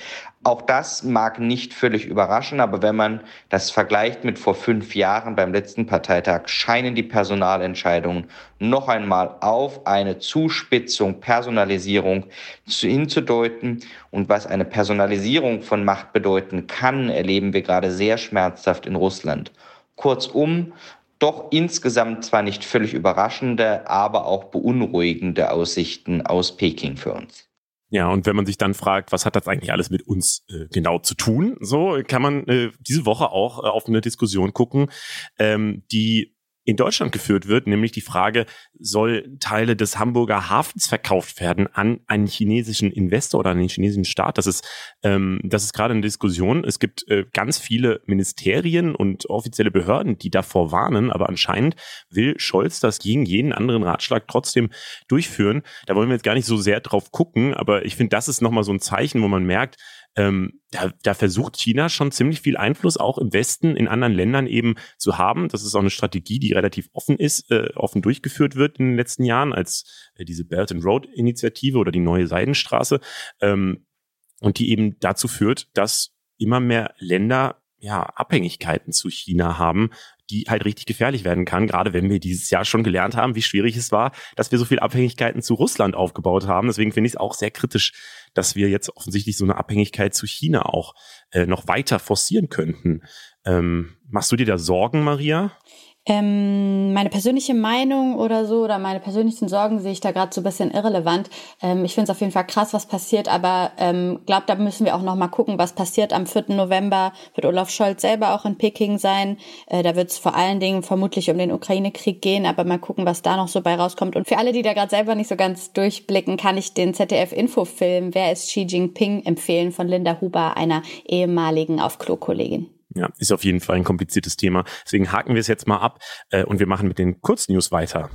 Speaker 6: Auch das mag nicht völlig überraschen, aber wenn man das vergleicht mit vor 5 Jahren beim letzten Parteitag, scheinen die Personalentscheidungen noch einmal auf eine Zuspitzung, Personalisierung hinzudeuten. Und was eine Personalisierung von Macht bedeuten kann, erleben wir gerade sehr schmerzhaft in Russland. Kurzum, doch insgesamt zwar nicht völlig überraschende, aber auch beunruhigende Aussichten aus Peking für uns.
Speaker 1: Ja, und wenn man sich dann fragt, was hat das eigentlich alles mit uns genau zu tun, so kann man diese Woche auch auf eine Diskussion gucken, die in Deutschland geführt wird, nämlich die Frage, soll Teile des Hamburger Hafens verkauft werden an einen chinesischen Investor oder an den chinesischen Staat? Das ist gerade eine Diskussion. Es gibt ganz viele Ministerien und offizielle Behörden, die davor warnen, aber anscheinend will Scholz das gegen jeden anderen Ratschlag trotzdem durchführen. Da wollen wir jetzt gar nicht so sehr drauf gucken, aber ich finde, das ist nochmal so ein Zeichen, wo man merkt, da versucht China schon ziemlich viel Einfluss auch im Westen, in anderen Ländern eben zu haben. Das ist auch eine Strategie, die relativ offen ist, offen durchgeführt wird in den letzten Jahren als diese Belt and Road Initiative oder die neue Seidenstraße und die eben dazu führt, dass immer mehr Länder Abhängigkeiten zu China haben, die halt richtig gefährlich werden kann, gerade wenn wir dieses Jahr schon gelernt haben, wie schwierig es war, dass wir so viele Abhängigkeiten zu Russland aufgebaut haben. Deswegen finde ich es auch sehr kritisch, dass wir jetzt offensichtlich so eine Abhängigkeit zu China auch noch weiter forcieren könnten. Machst du dir da Sorgen, Maria?
Speaker 2: Meine persönliche Meinung oder so oder meine persönlichen Sorgen sehe ich da gerade so ein bisschen irrelevant. Ich finde es auf jeden Fall krass, was passiert, aber glaube, da müssen wir auch noch mal gucken, was passiert. Am 4. November wird Olaf Scholz selber auch in Peking sein. Da wird es vor allen Dingen vermutlich um den Ukraine-Krieg gehen, aber mal gucken, was da noch so bei rauskommt. Und für alle, die da gerade selber nicht so ganz durchblicken, kann ich den ZDF-Infofilm Wer ist Xi Jinping empfehlen von Linda Huber, einer ehemaligen Auf-Klo-Kollegin.
Speaker 1: Ja, ist auf jeden Fall ein kompliziertes Thema. Deswegen haken wir es jetzt mal ab und wir machen mit den Kurznews weiter.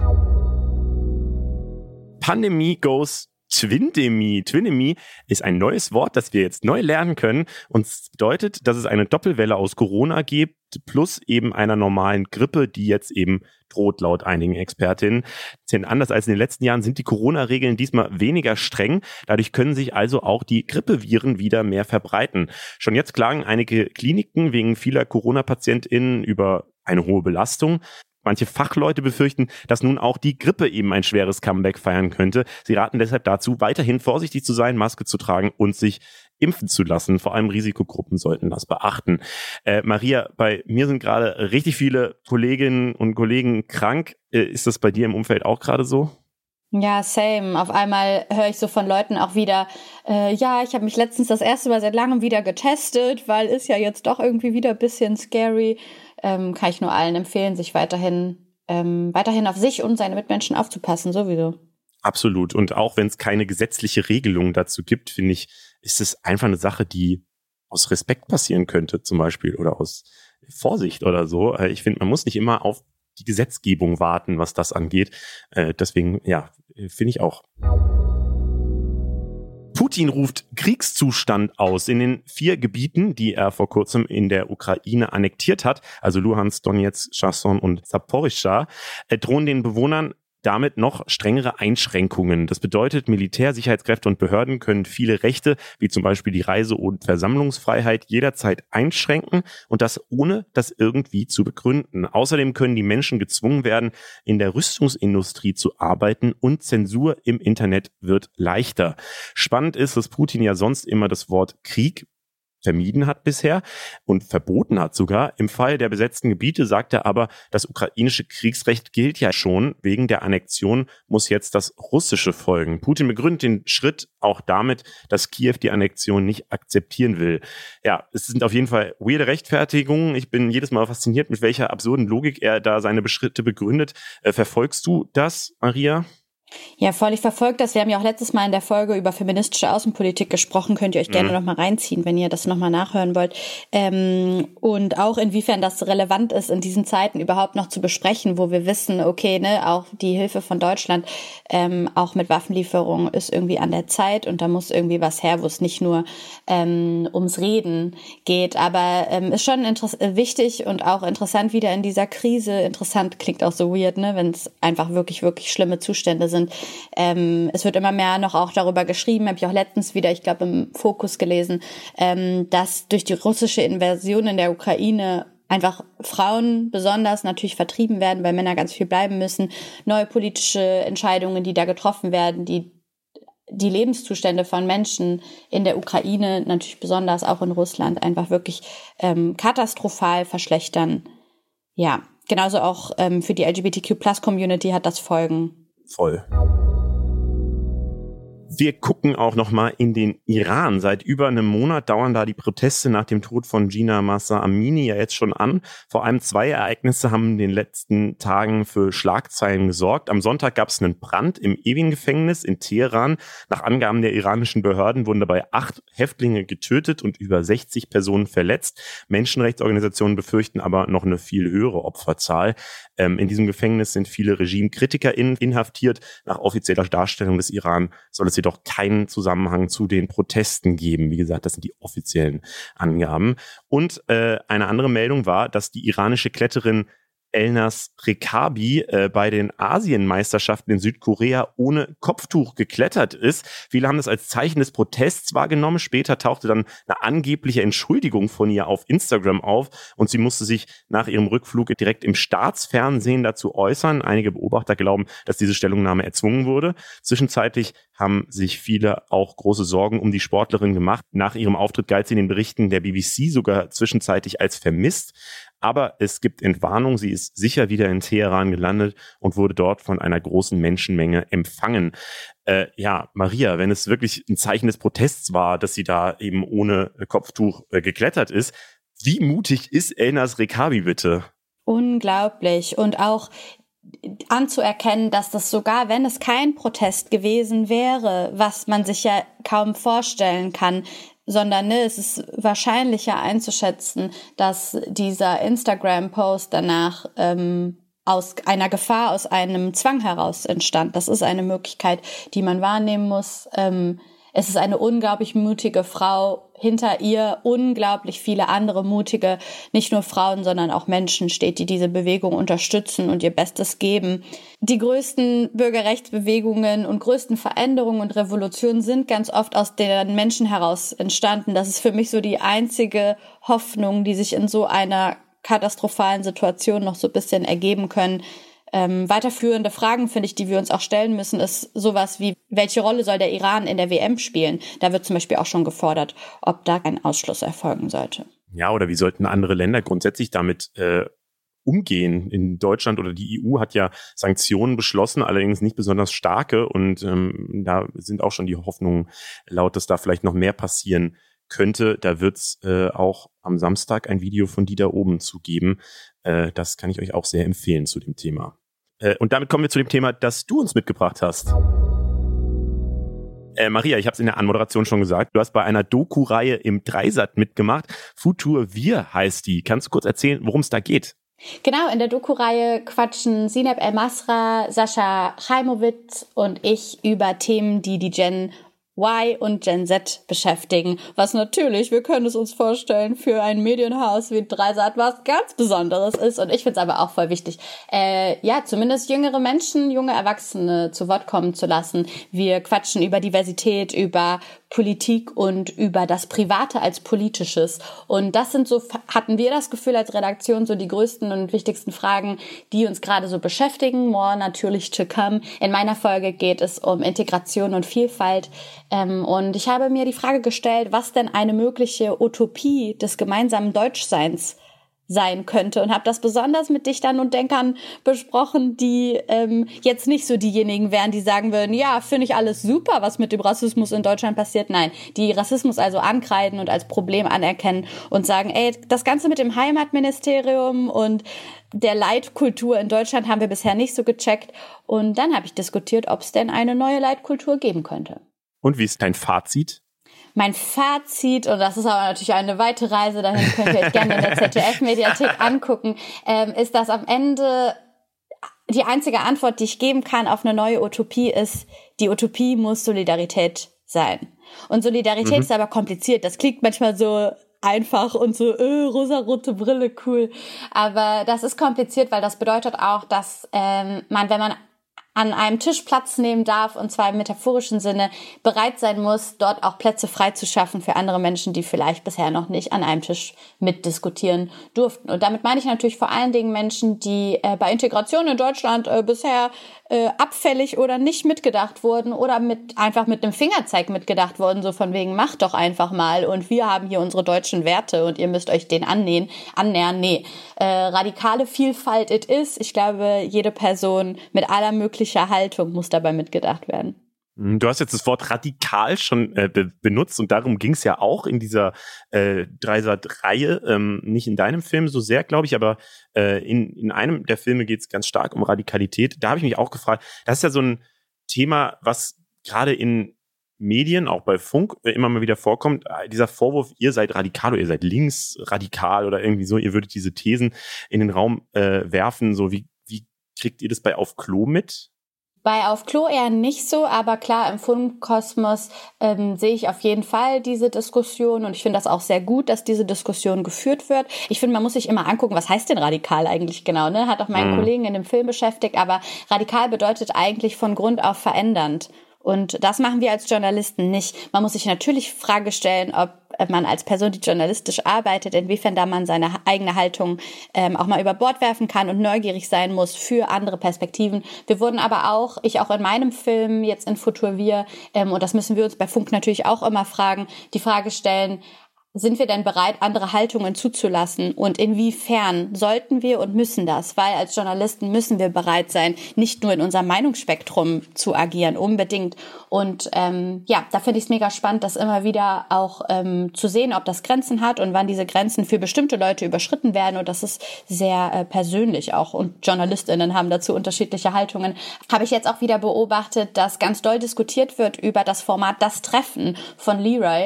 Speaker 1: Pandemie goes Twindemie. Twindemie ist ein neues Wort, das wir jetzt neu lernen können. Und es bedeutet, dass es eine Doppelwelle aus Corona gibt, plus eben einer normalen Grippe, die jetzt eben droht, laut einigen Expertinnen. Denn anders als in den letzten Jahren sind die Corona-Regeln diesmal weniger streng. Dadurch können sich also auch die Grippeviren wieder mehr verbreiten. Schon jetzt klagen einige Kliniken wegen vieler Corona-PatientInnen über eine hohe Belastung. Manche Fachleute befürchten, dass nun auch die Grippe eben ein schweres Comeback feiern könnte. Sie raten deshalb dazu, weiterhin vorsichtig zu sein, Maske zu tragen und sich impfen zu lassen. Vor allem Risikogruppen sollten das beachten. Maria, bei mir sind gerade richtig viele Kolleginnen und Kollegen krank. Ist das bei dir im Umfeld auch gerade so?
Speaker 2: Ja, same. Auf einmal höre ich so von Leuten auch wieder, ich habe mich letztens das erste Mal seit langem wieder getestet, weil ist ja jetzt doch irgendwie wieder ein bisschen scary. Kann ich nur allen empfehlen, sich weiterhin auf sich und seine Mitmenschen aufzupassen, sowieso.
Speaker 1: Absolut. Und auch wenn es keine gesetzliche Regelung dazu gibt, finde ich, ist es einfach eine Sache, die aus Respekt passieren könnte, zum Beispiel, oder aus Vorsicht oder so. Ich finde, man muss nicht immer auf die Gesetzgebung warten, was das angeht. Deswegen, finde ich auch. Putin ruft Kriegszustand aus in den 4 Gebieten, die er vor kurzem in der Ukraine annektiert hat, also Luhansk, Donetsk, Cherson und Saporischschja, drohen den Bewohnern damit noch strengere Einschränkungen. Das bedeutet, Militär, Sicherheitskräfte und Behörden können viele Rechte, wie zum Beispiel die Reise- und Versammlungsfreiheit, jederzeit einschränken und das ohne das irgendwie zu begründen. Außerdem können die Menschen gezwungen werden, in der Rüstungsindustrie zu arbeiten und Zensur im Internet wird leichter. Spannend ist, dass Putin ja sonst immer das Wort Krieg vermieden hat bisher und verboten hat sogar. Im Fall der besetzten Gebiete sagt er aber, das ukrainische Kriegsrecht gilt ja schon. Wegen der Annexion muss jetzt das russische folgen. Putin begründet den Schritt auch damit, dass Kiew die Annexion nicht akzeptieren will. Ja, es sind auf jeden Fall weirde Rechtfertigungen. Ich bin jedes Mal fasziniert, mit welcher absurden Logik er da seine Schritte begründet. Verfolgst du das, Maria?
Speaker 2: Ja, voll. Ich verfolge das. Wir haben ja auch letztes Mal in der Folge über feministische Außenpolitik gesprochen. Könnt ihr euch gerne noch mal reinziehen, wenn ihr das noch mal nachhören wollt. Und auch inwiefern das relevant ist, in diesen Zeiten überhaupt noch zu besprechen, wo wir wissen, okay, auch die Hilfe von Deutschland, auch mit Waffenlieferungen ist irgendwie an der Zeit und da muss irgendwie was her, wo es nicht nur ums Reden geht. Aber ist schon wichtig und auch interessant wieder in dieser Krise. Interessant klingt auch so weird, wenn es einfach wirklich, wirklich schlimme Zustände sind. sind. Es wird immer mehr noch auch darüber geschrieben, habe ich auch letztens wieder, ich glaube im Fokus gelesen, dass durch die russische Invasion in der Ukraine einfach Frauen besonders natürlich vertrieben werden, weil Männer ganz viel bleiben müssen. Neue politische Entscheidungen, die da getroffen werden, die Lebenszustände von Menschen in der Ukraine, natürlich besonders auch in Russland, einfach wirklich katastrophal verschlechtern. Ja, genauso auch für die LGBTQ+-Community hat das Folgen.
Speaker 1: Voll. Wir gucken auch noch mal in den Iran. Seit über einem Monat dauern da die Proteste nach dem Tod von Jina Mahsa Amini ja jetzt schon an. Vor allem 2 Ereignisse haben in den letzten Tagen für Schlagzeilen gesorgt. Am Sonntag gab es einen Brand im Evin-Gefängnis in Teheran. Nach Angaben der iranischen Behörden wurden dabei 8 Häftlinge getötet und über 60 Personen verletzt. Menschenrechtsorganisationen befürchten aber noch eine viel höhere Opferzahl. In diesem Gefängnis sind viele RegimekritikerInnen inhaftiert. Nach offizieller Darstellung des Iran soll es jedoch keinen Zusammenhang zu den Protesten geben. Wie gesagt, das sind die offiziellen Angaben. Und eine andere Meldung war, dass die iranische Kletterin Elnaz Rekabi bei den Asienmeisterschaften in Südkorea ohne Kopftuch geklettert ist. Viele haben das als Zeichen des Protests wahrgenommen. Später tauchte dann eine angebliche Entschuldigung von ihr auf Instagram auf und sie musste sich nach ihrem Rückflug direkt im Staatsfernsehen dazu äußern. Einige Beobachter glauben, dass diese Stellungnahme erzwungen wurde. Zwischenzeitlich haben sich viele auch große Sorgen um die Sportlerin gemacht. Nach ihrem Auftritt galt sie in den Berichten der BBC sogar zwischenzeitlich als vermisst. Aber es gibt Entwarnung, sie ist sicher wieder in Teheran gelandet und wurde dort von einer großen Menschenmenge empfangen. Maria, wenn es wirklich ein Zeichen des Protests war, dass sie da eben ohne Kopftuch geklettert ist, wie mutig ist Elnaz Rekabi bitte?
Speaker 2: Unglaublich. Und auch anzuerkennen, dass das sogar, wenn es kein Protest gewesen wäre, was man sich ja kaum vorstellen kann, sondern es ist wahrscheinlicher einzuschätzen, dass dieser Instagram-Post danach aus einer Gefahr, aus einem Zwang heraus entstand. Das ist eine Möglichkeit, die man wahrnehmen muss. Es ist eine unglaublich mutige Frau. Hinter ihr unglaublich viele andere mutige, nicht nur Frauen, sondern auch Menschen steht, die diese Bewegung unterstützen und ihr Bestes geben. Die größten Bürgerrechtsbewegungen und größten Veränderungen und Revolutionen sind ganz oft aus den Menschen heraus entstanden. Das ist für mich so die einzige Hoffnung, die sich in so einer katastrophalen Situation noch so ein bisschen ergeben können. Weiterführende Fragen, finde ich, die wir uns auch stellen müssen, ist sowas wie, welche Rolle soll der Iran in der WM spielen? Da wird zum Beispiel auch schon gefordert, ob da ein Ausschluss erfolgen sollte.
Speaker 1: Ja, oder wie sollten andere Länder grundsätzlich damit umgehen? In Deutschland oder die EU hat ja Sanktionen beschlossen, allerdings nicht besonders starke. Und da sind auch schon die Hoffnungen laut, dass da vielleicht noch mehr passieren könnte. Da wird es auch am Samstag ein Video von die da oben zu geben. Das kann ich euch auch sehr empfehlen zu dem Thema. Und damit kommen wir zu dem Thema, das du uns mitgebracht hast. Maria, ich habe es in der Anmoderation schon gesagt, du hast bei einer Doku-Reihe im Dreisat mitgemacht. Futur Wir heißt die. Kannst du kurz erzählen, worum es da geht?
Speaker 2: Genau, in der Doku-Reihe quatschen Zineb El-Masra, Sascha Chaimowitz und ich über Themen, die Gen Y und Gen Z beschäftigen, was natürlich, wir können es uns vorstellen, für ein Medienhaus wie Dreisat was ganz Besonderes ist und ich finde es aber auch voll wichtig, zumindest jüngere Menschen, junge Erwachsene zu Wort kommen zu lassen. Wir quatschen über Diversität, über Politik und über das Private als Politisches und das sind so, hatten wir das Gefühl als Redaktion, so die größten und wichtigsten Fragen, die uns gerade so beschäftigen. More natürlich to come. In meiner Folge geht es um Integration und Vielfalt. Und ich habe mir die Frage gestellt, was denn eine mögliche Utopie des gemeinsamen Deutschseins sein könnte und habe das besonders mit Dichtern und Denkern besprochen, die jetzt nicht so diejenigen wären, die sagen würden, ja, finde ich alles super, was mit dem Rassismus in Deutschland passiert. Nein, die Rassismus also ankreiden und als Problem anerkennen und sagen, ey, das Ganze mit dem Heimatministerium und der Leitkultur in Deutschland haben wir bisher nicht so gecheckt. Und dann habe ich diskutiert, ob es denn eine neue Leitkultur geben könnte.
Speaker 1: Und wie ist dein Fazit?
Speaker 2: Mein Fazit, und das ist aber natürlich eine weite Reise, dahin könnt ihr euch gerne in der ZDF-Mediathek angucken, ist, dass am Ende die einzige Antwort, die ich geben kann auf eine neue Utopie ist, die Utopie muss Solidarität sein. Und Solidarität ist aber kompliziert. Das klingt manchmal so einfach und so, rosarote Brille, cool. Aber das ist kompliziert, weil das bedeutet auch, dass man, wenn man an einem Tisch Platz nehmen darf, und zwar im metaphorischen Sinne, bereit sein muss, dort auch Plätze freizuschaffen für andere Menschen, die vielleicht bisher noch nicht an einem Tisch mitdiskutieren durften. Und damit meine ich natürlich vor allen Dingen Menschen, die bei Integration in Deutschland bisher abfällig oder nicht mitgedacht wurden oder einfach mit einem Fingerzeig mitgedacht wurden, so von wegen, macht doch einfach mal und wir haben hier unsere deutschen Werte und ihr müsst euch denen annähern. Nee, radikale Vielfalt it is. Ich glaube, jede Person mit aller möglicher Haltung muss dabei mitgedacht werden.
Speaker 1: Du hast jetzt das Wort radikal schon benutzt und darum ging es ja auch in dieser Dreisat-Reihe, nicht in deinem Film so sehr, glaube ich, aber in einem der Filme geht es ganz stark um Radikalität. Da habe ich mich auch gefragt, das ist ja so ein Thema, was gerade in Medien, auch bei Funk, immer mal wieder vorkommt, dieser Vorwurf, ihr seid radikal oder ihr seid linksradikal oder irgendwie so, ihr würdet diese Thesen in den Raum werfen, so wie kriegt ihr das bei Auf Klo mit?
Speaker 2: Bei Auf Klo eher nicht so, aber klar, im Funkkosmos sehe ich auf jeden Fall diese Diskussion und ich finde das auch sehr gut, dass diese Diskussion geführt wird. Ich finde, man muss sich immer angucken, was heißt denn radikal eigentlich genau, ne? Hat auch meinen Kollegen in dem Film beschäftigt, aber radikal bedeutet eigentlich von Grund auf verändernd. Und das machen wir als Journalisten nicht. Man muss sich natürlich Frage stellen, ob man als Person, die journalistisch arbeitet, inwiefern da man seine eigene Haltung auch mal über Bord werfen kann und neugierig sein muss für andere Perspektiven. Wir wurden aber auch, ich auch in meinem Film, jetzt in Futur Wir, und das müssen wir uns bei Funk natürlich auch immer fragen, die Frage stellen, sind wir denn bereit, andere Haltungen zuzulassen? Und inwiefern sollten wir und müssen das? Weil als Journalisten müssen wir bereit sein, nicht nur in unserem Meinungsspektrum zu agieren, unbedingt. Und da finde ich es mega spannend, das immer wieder auch zu sehen, ob das Grenzen hat und wann diese Grenzen für bestimmte Leute überschritten werden. Und das ist sehr persönlich auch. Und JournalistInnen haben dazu unterschiedliche Haltungen. Habe ich jetzt auch wieder beobachtet, dass ganz doll diskutiert wird über das Format Das Treffen von Leroy,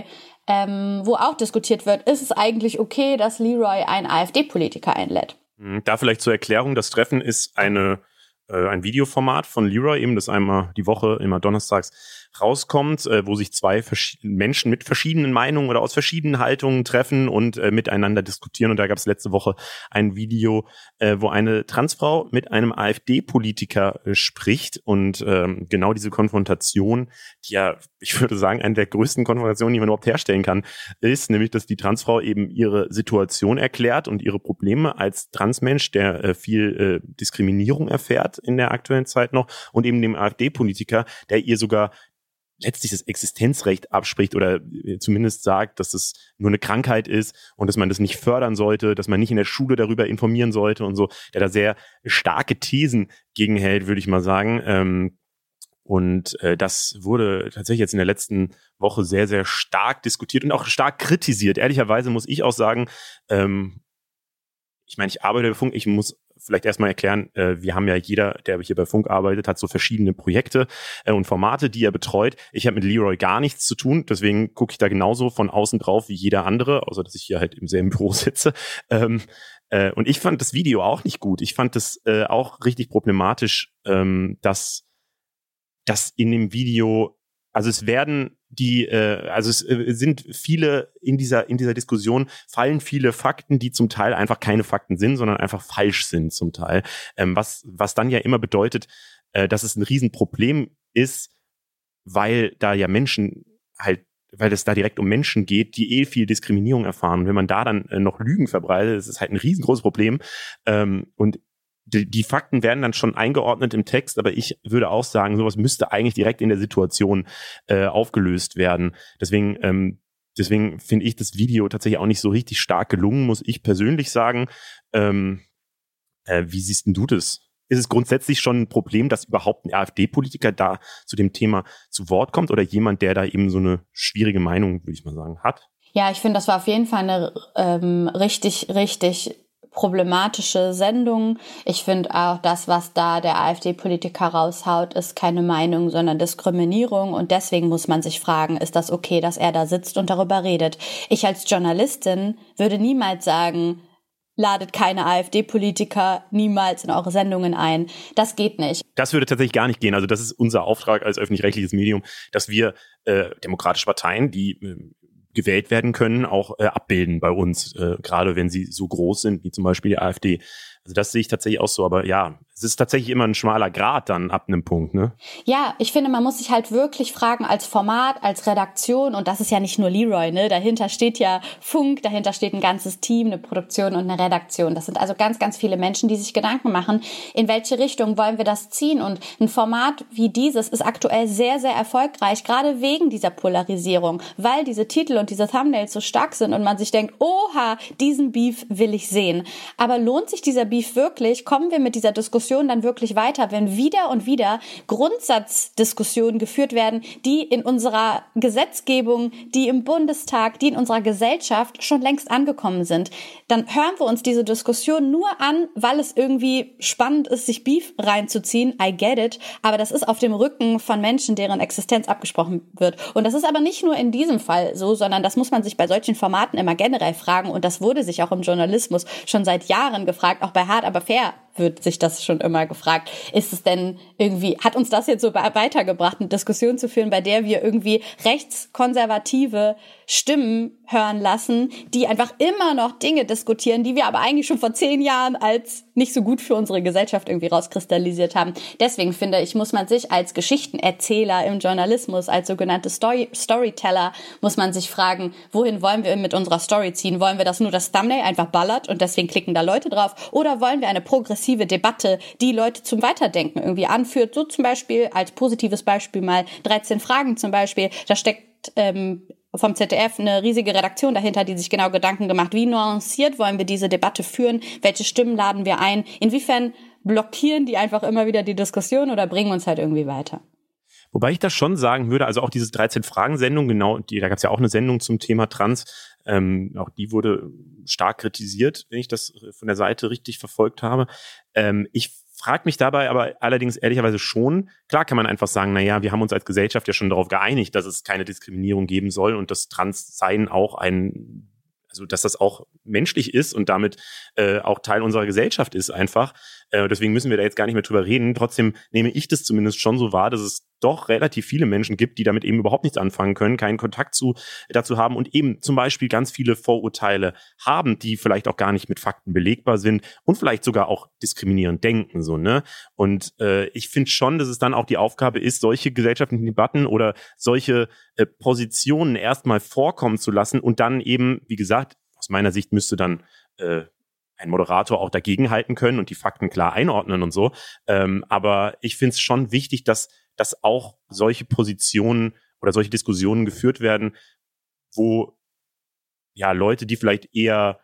Speaker 2: wo auch diskutiert wird, ist es eigentlich okay, dass Leroy einen AfD-Politiker einlädt?
Speaker 1: Da vielleicht zur Erklärung, das Treffen ist ein Videoformat von Leroy, eben das einmal die Woche, immer donnerstags rauskommt, wo sich zwei Menschen mit verschiedenen Meinungen oder aus verschiedenen Haltungen treffen und miteinander diskutieren. Und da gab es letzte Woche ein Video, wo eine Transfrau mit einem AfD-Politiker spricht. Und genau diese Konfrontation, die ja, ich würde sagen, eine der größten Konfrontationen, die man überhaupt herstellen kann, ist nämlich, dass die Transfrau eben ihre Situation erklärt und ihre Probleme als Transmensch, der viel Diskriminierung erfährt in der aktuellen Zeit noch, und eben dem AfD-Politiker, der ihr sogar letztlich das Existenzrecht abspricht oder zumindest sagt, dass es nur eine Krankheit ist und dass man das nicht fördern sollte, dass man nicht in der Schule darüber informieren sollte und so, der da sehr starke Thesen gegenhält, würde ich mal sagen. Das wurde tatsächlich jetzt in der letzten Woche sehr, sehr stark diskutiert und auch stark kritisiert. Ehrlicherweise muss ich auch sagen, ich meine, ich arbeite bei Funk, ich muss vielleicht erstmal erklären, wir haben ja jeder, der hier bei Funk arbeitet, hat so verschiedene Projekte und Formate, die er betreut. Ich habe mit Leroy gar nichts zu tun, deswegen gucke ich da genauso von außen drauf wie jeder andere, außer dass ich hier halt im selben Büro sitze. Und ich fand das Video auch nicht gut. Ich fand das auch richtig problematisch, dass in dem Video, also es werden es sind viele in dieser Diskussion, fallen viele Fakten, die zum Teil einfach keine Fakten sind, sondern einfach falsch sind zum Teil. Was dann ja immer bedeutet, dass es ein Riesenproblem ist, weil da ja Menschen halt, weil es da direkt um Menschen geht, die viel Diskriminierung erfahren. Und wenn man da dann noch Lügen verbreitet, das ist halt ein riesengroßes Problem. Und die Fakten werden dann schon eingeordnet im Text, aber ich würde auch sagen, sowas müsste eigentlich direkt in der Situation aufgelöst werden. Deswegen finde ich das Video tatsächlich auch nicht so richtig stark gelungen, muss ich persönlich sagen. Wie siehst denn du das? Ist es grundsätzlich schon ein Problem, dass überhaupt ein AfD-Politiker da zu dem Thema zu Wort kommt oder jemand, der da eben so eine schwierige Meinung, würde ich mal sagen, hat?
Speaker 2: Ja, ich finde, das war auf jeden Fall eine richtig problematische Sendung. Ich finde auch, das, was da der AfD-Politiker raushaut, ist keine Meinung, sondern Diskriminierung. Und deswegen muss man sich fragen, ist das okay, dass er da sitzt und darüber redet? Ich als Journalistin würde niemals sagen, ladet keine AfD-Politiker niemals in eure Sendungen ein. Das geht nicht.
Speaker 1: Das würde tatsächlich gar nicht gehen. Also das ist unser Auftrag als öffentlich-rechtliches Medium, dass wir demokratische Parteien, die gewählt werden können, auch abbilden bei uns, gerade wenn sie so groß sind, wie zum Beispiel die AfD. Also das sehe ich tatsächlich auch so, aber ja, es ist tatsächlich immer ein schmaler Grat dann ab einem Punkt, ne?
Speaker 2: Ja, ich finde, man muss sich halt wirklich fragen als Format, als Redaktion, und das ist ja nicht nur Leroy, ne? Dahinter steht ja Funk, dahinter steht ein ganzes Team, eine Produktion und eine Redaktion. Das sind also ganz, ganz viele Menschen, die sich Gedanken machen, in welche Richtung wollen wir das ziehen. Und ein Format wie dieses ist aktuell sehr, sehr erfolgreich, gerade wegen dieser Polarisierung, weil diese Titel und diese Thumbnails so stark sind und man sich denkt, oha, diesen Beef will ich sehen. Aber lohnt sich dieser Beef wirklich? Kommen wir mit dieser Diskussion dann wirklich weiter, wenn wieder und wieder Grundsatzdiskussionen geführt werden, die in unserer Gesetzgebung, die im Bundestag, die in unserer Gesellschaft schon längst angekommen sind? Dann hören wir uns diese Diskussion nur an, weil es irgendwie spannend ist, sich Beef reinzuziehen. I get it. Aber das ist auf dem Rücken von Menschen, deren Existenz abgesprochen wird. Und das ist aber nicht nur in diesem Fall so, sondern das muss man sich bei solchen Formaten immer generell fragen. Und das wurde sich auch im Journalismus schon seit Jahren gefragt. Auch bei Hart aber fair wird sich das schon immer gefragt. Ist es denn irgendwie, hat uns das jetzt so weitergebracht, eine Diskussion zu führen, bei der wir irgendwie rechtskonservative Stimmen hören lassen, die einfach immer noch Dinge diskutieren, die wir aber eigentlich schon vor 10 Jahren als nicht so gut für unsere Gesellschaft irgendwie rauskristallisiert haben. Deswegen finde ich, muss man sich als Geschichtenerzähler im Journalismus, als sogenannte Storyteller, muss man sich fragen, wohin wollen wir mit unserer Story ziehen? Wollen wir, dass nur das Thumbnail einfach ballert und deswegen klicken da Leute drauf? Oder wollen wir eine progressive Debatte, die Leute zum Weiterdenken irgendwie anführt? So zum Beispiel, als positives Beispiel mal 13 Fragen zum Beispiel, da steckt vom ZDF eine riesige Redaktion dahinter, die sich genau Gedanken gemacht, wie nuanciert wollen wir diese Debatte führen, welche Stimmen laden wir ein, inwiefern blockieren die einfach immer wieder die Diskussion oder bringen uns halt irgendwie weiter.
Speaker 1: Wobei ich das schon sagen würde, also auch diese 13-Fragen-Sendung, genau, da gab es ja auch eine Sendung zum Thema Trans, auch die wurde stark kritisiert, wenn ich das von der Seite richtig verfolgt habe. Ich frage mich dabei aber allerdings ehrlicherweise schon, klar kann man einfach sagen, naja, wir haben uns als Gesellschaft ja schon darauf geeinigt, dass es keine Diskriminierung geben soll und dass Transsein auch also dass das auch menschlich ist und damit auch Teil unserer Gesellschaft ist einfach. Deswegen müssen wir da jetzt gar nicht mehr drüber reden. Trotzdem nehme ich das zumindest schon so wahr, dass es doch relativ viele Menschen gibt, die damit eben überhaupt nichts anfangen können, keinen Kontakt dazu haben und eben zum Beispiel ganz viele Vorurteile haben, die vielleicht auch gar nicht mit Fakten belegbar sind und vielleicht sogar auch diskriminierend denken, so, ne? Und ich finde schon, dass es dann auch die Aufgabe ist, solche gesellschaftlichen Debatten oder solche Positionen erstmal vorkommen zu lassen und dann eben, wie gesagt, aus meiner Sicht müsste dann ein Moderator auch dagegenhalten können und die Fakten klar einordnen und so. Aber ich finde es schon wichtig, dass auch solche Positionen oder solche Diskussionen geführt werden, wo ja Leute, die vielleicht eher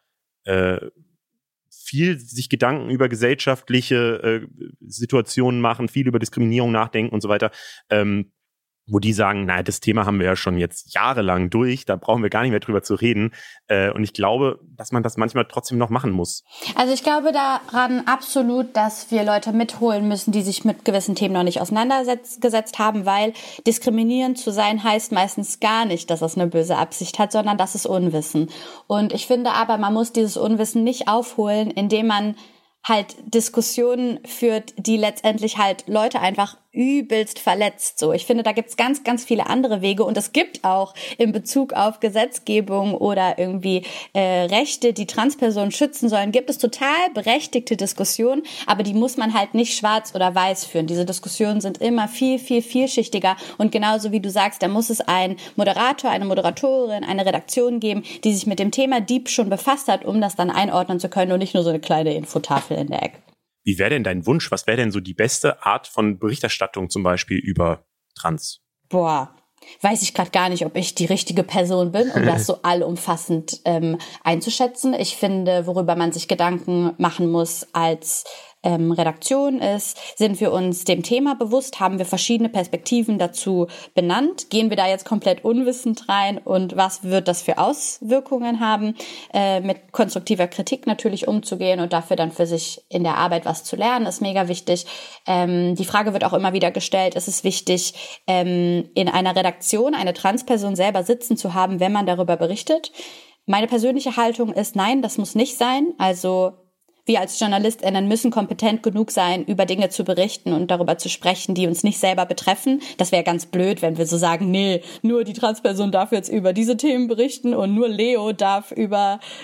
Speaker 1: viel sich Gedanken über gesellschaftliche Situationen machen, viel über Diskriminierung nachdenken und so weiter, wo die sagen, naja, das Thema haben wir ja schon jetzt jahrelang durch, da brauchen wir gar nicht mehr drüber zu reden. Und ich glaube, dass man das manchmal trotzdem noch machen muss.
Speaker 2: Also ich glaube daran absolut, dass wir Leute mitholen müssen, die sich mit gewissen Themen noch nicht auseinandergesetzt haben, weil diskriminierend zu sein heißt meistens gar nicht, dass es eine böse Absicht hat, sondern das ist Unwissen. Und ich finde aber, man muss dieses Unwissen nicht aufholen, indem man halt Diskussionen führt, die letztendlich halt Leute einfach übelst verletzt. So, ich finde, da gibt's ganz, ganz viele andere Wege und es gibt auch in Bezug auf Gesetzgebung oder irgendwie Rechte, die Transpersonen schützen sollen, gibt es total berechtigte Diskussionen, aber die muss man halt nicht schwarz oder weiß führen. Diese Diskussionen sind immer viel, viel vielschichtiger und genauso wie du sagst, da muss es einen Moderator, eine Moderatorin, eine Redaktion geben, die sich mit dem Thema deep schon befasst hat, um das dann einordnen zu können und nicht nur so eine kleine Infotafel in der Ecke.
Speaker 1: Wie wäre denn dein Wunsch? Was wäre denn so die beste Art von Berichterstattung zum Beispiel über Trans?
Speaker 2: Boah, weiß ich gerade gar nicht, ob ich die richtige Person bin, um das so allumfassend einzuschätzen. Ich finde, worüber man sich Gedanken machen muss als Redaktion ist, sind wir uns dem Thema bewusst, haben wir verschiedene Perspektiven dazu benannt, gehen wir da jetzt komplett unwissend rein und was wird das für Auswirkungen haben, mit konstruktiver Kritik natürlich umzugehen und dafür dann für sich in der Arbeit was zu lernen, ist mega wichtig. Die Frage wird auch immer wieder gestellt, ist es wichtig, in einer Redaktion eine Transperson selber sitzen zu haben, wenn man darüber berichtet? Meine persönliche Haltung ist, nein, das muss nicht sein, also wir als JournalistInnen müssen kompetent genug sein, über Dinge zu berichten und darüber zu sprechen, die uns nicht selber betreffen. Das wäre ganz blöd, wenn wir so sagen, nee, nur die Transperson darf jetzt über diese Themen berichten und nur Leo darf über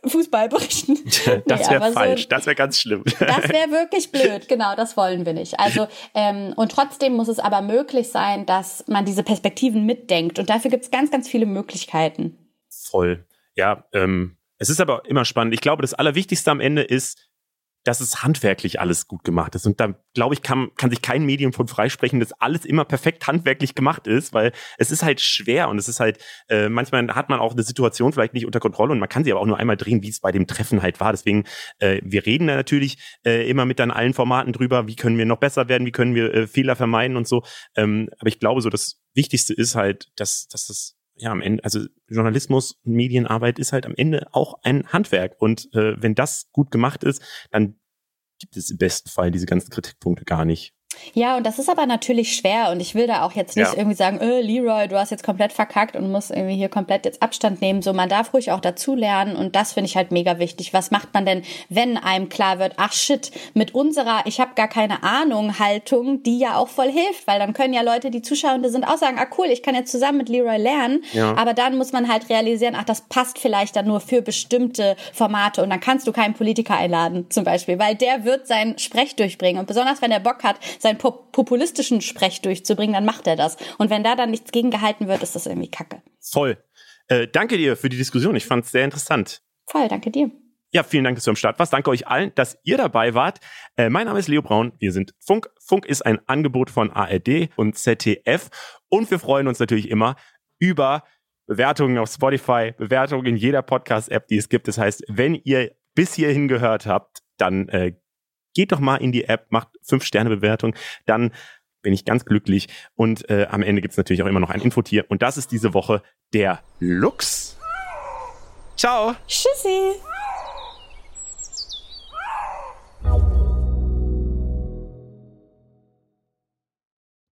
Speaker 2: Fußball berichten.
Speaker 1: Das wäre falsch, das wäre ganz schlimm.
Speaker 2: Das wäre wirklich blöd, genau, das wollen wir nicht. Also und trotzdem muss es aber möglich sein, dass man diese Perspektiven mitdenkt und dafür gibt es ganz, ganz viele Möglichkeiten.
Speaker 1: Voll, ja, es ist aber immer spannend. Ich glaube, das Allerwichtigste am Ende ist, dass es handwerklich alles gut gemacht ist. Und da, glaube ich, kann sich kein Medium von freisprechen, dass alles immer perfekt handwerklich gemacht ist, weil es ist halt schwer und es ist halt, manchmal hat man auch eine Situation vielleicht nicht unter Kontrolle und man kann sie aber auch nur einmal drehen, wie es bei dem Treffen halt war. Deswegen, wir reden da natürlich immer mit dann allen Formaten drüber, wie können wir noch besser werden, wie können wir Fehler vermeiden und so. Aber ich glaube so, das Wichtigste ist halt, dass es ja am Ende, also Journalismus und Medienarbeit ist halt am Ende auch ein Handwerk und wenn das gut gemacht ist, dann gibt es im besten Fall diese ganzen Kritikpunkte gar nicht.
Speaker 2: Ja, und das ist aber natürlich schwer und ich will da auch jetzt nicht irgendwie sagen, Leroy, du hast jetzt komplett verkackt und musst irgendwie hier komplett jetzt Abstand nehmen. So, man darf ruhig auch dazu lernen und das finde ich halt mega wichtig. Was macht man denn, wenn einem klar wird, ach shit, mit unserer ich habe gar keine Ahnung Haltung, die ja auch voll hilft, weil dann können ja Leute, die Zuschauende sind, auch sagen, ah cool, ich kann jetzt zusammen mit Leroy lernen, aber dann muss man halt realisieren, ach das passt vielleicht dann nur für bestimmte Formate und dann kannst du keinen Politiker einladen zum Beispiel, weil der wird seinen Sprech durchbringen und besonders wenn er Bock hat, seinen populistischen Sprech durchzubringen, dann macht er das. Und wenn da dann nichts gegengehalten wird, ist das irgendwie Kacke.
Speaker 1: Voll. Danke dir für die Diskussion. Ich fand es sehr interessant.
Speaker 2: Voll, danke dir.
Speaker 1: Ja, vielen Dank, dass du am Start warst. Danke euch allen, dass ihr dabei wart. Mein Name ist Leo Braun. Wir sind Funk. Funk ist ein Angebot von ARD und ZDF. Und wir freuen uns natürlich immer über Bewertungen auf Spotify, Bewertungen in jeder Podcast-App, die es gibt. Das heißt, wenn ihr bis hierhin gehört habt, dann geht doch mal in die App, macht 5-Sterne-Bewertung, dann bin ich ganz glücklich. Und am Ende gibt es natürlich auch immer noch ein Infotier. Und das ist diese Woche der Lux. Ciao.
Speaker 2: Tschüssi.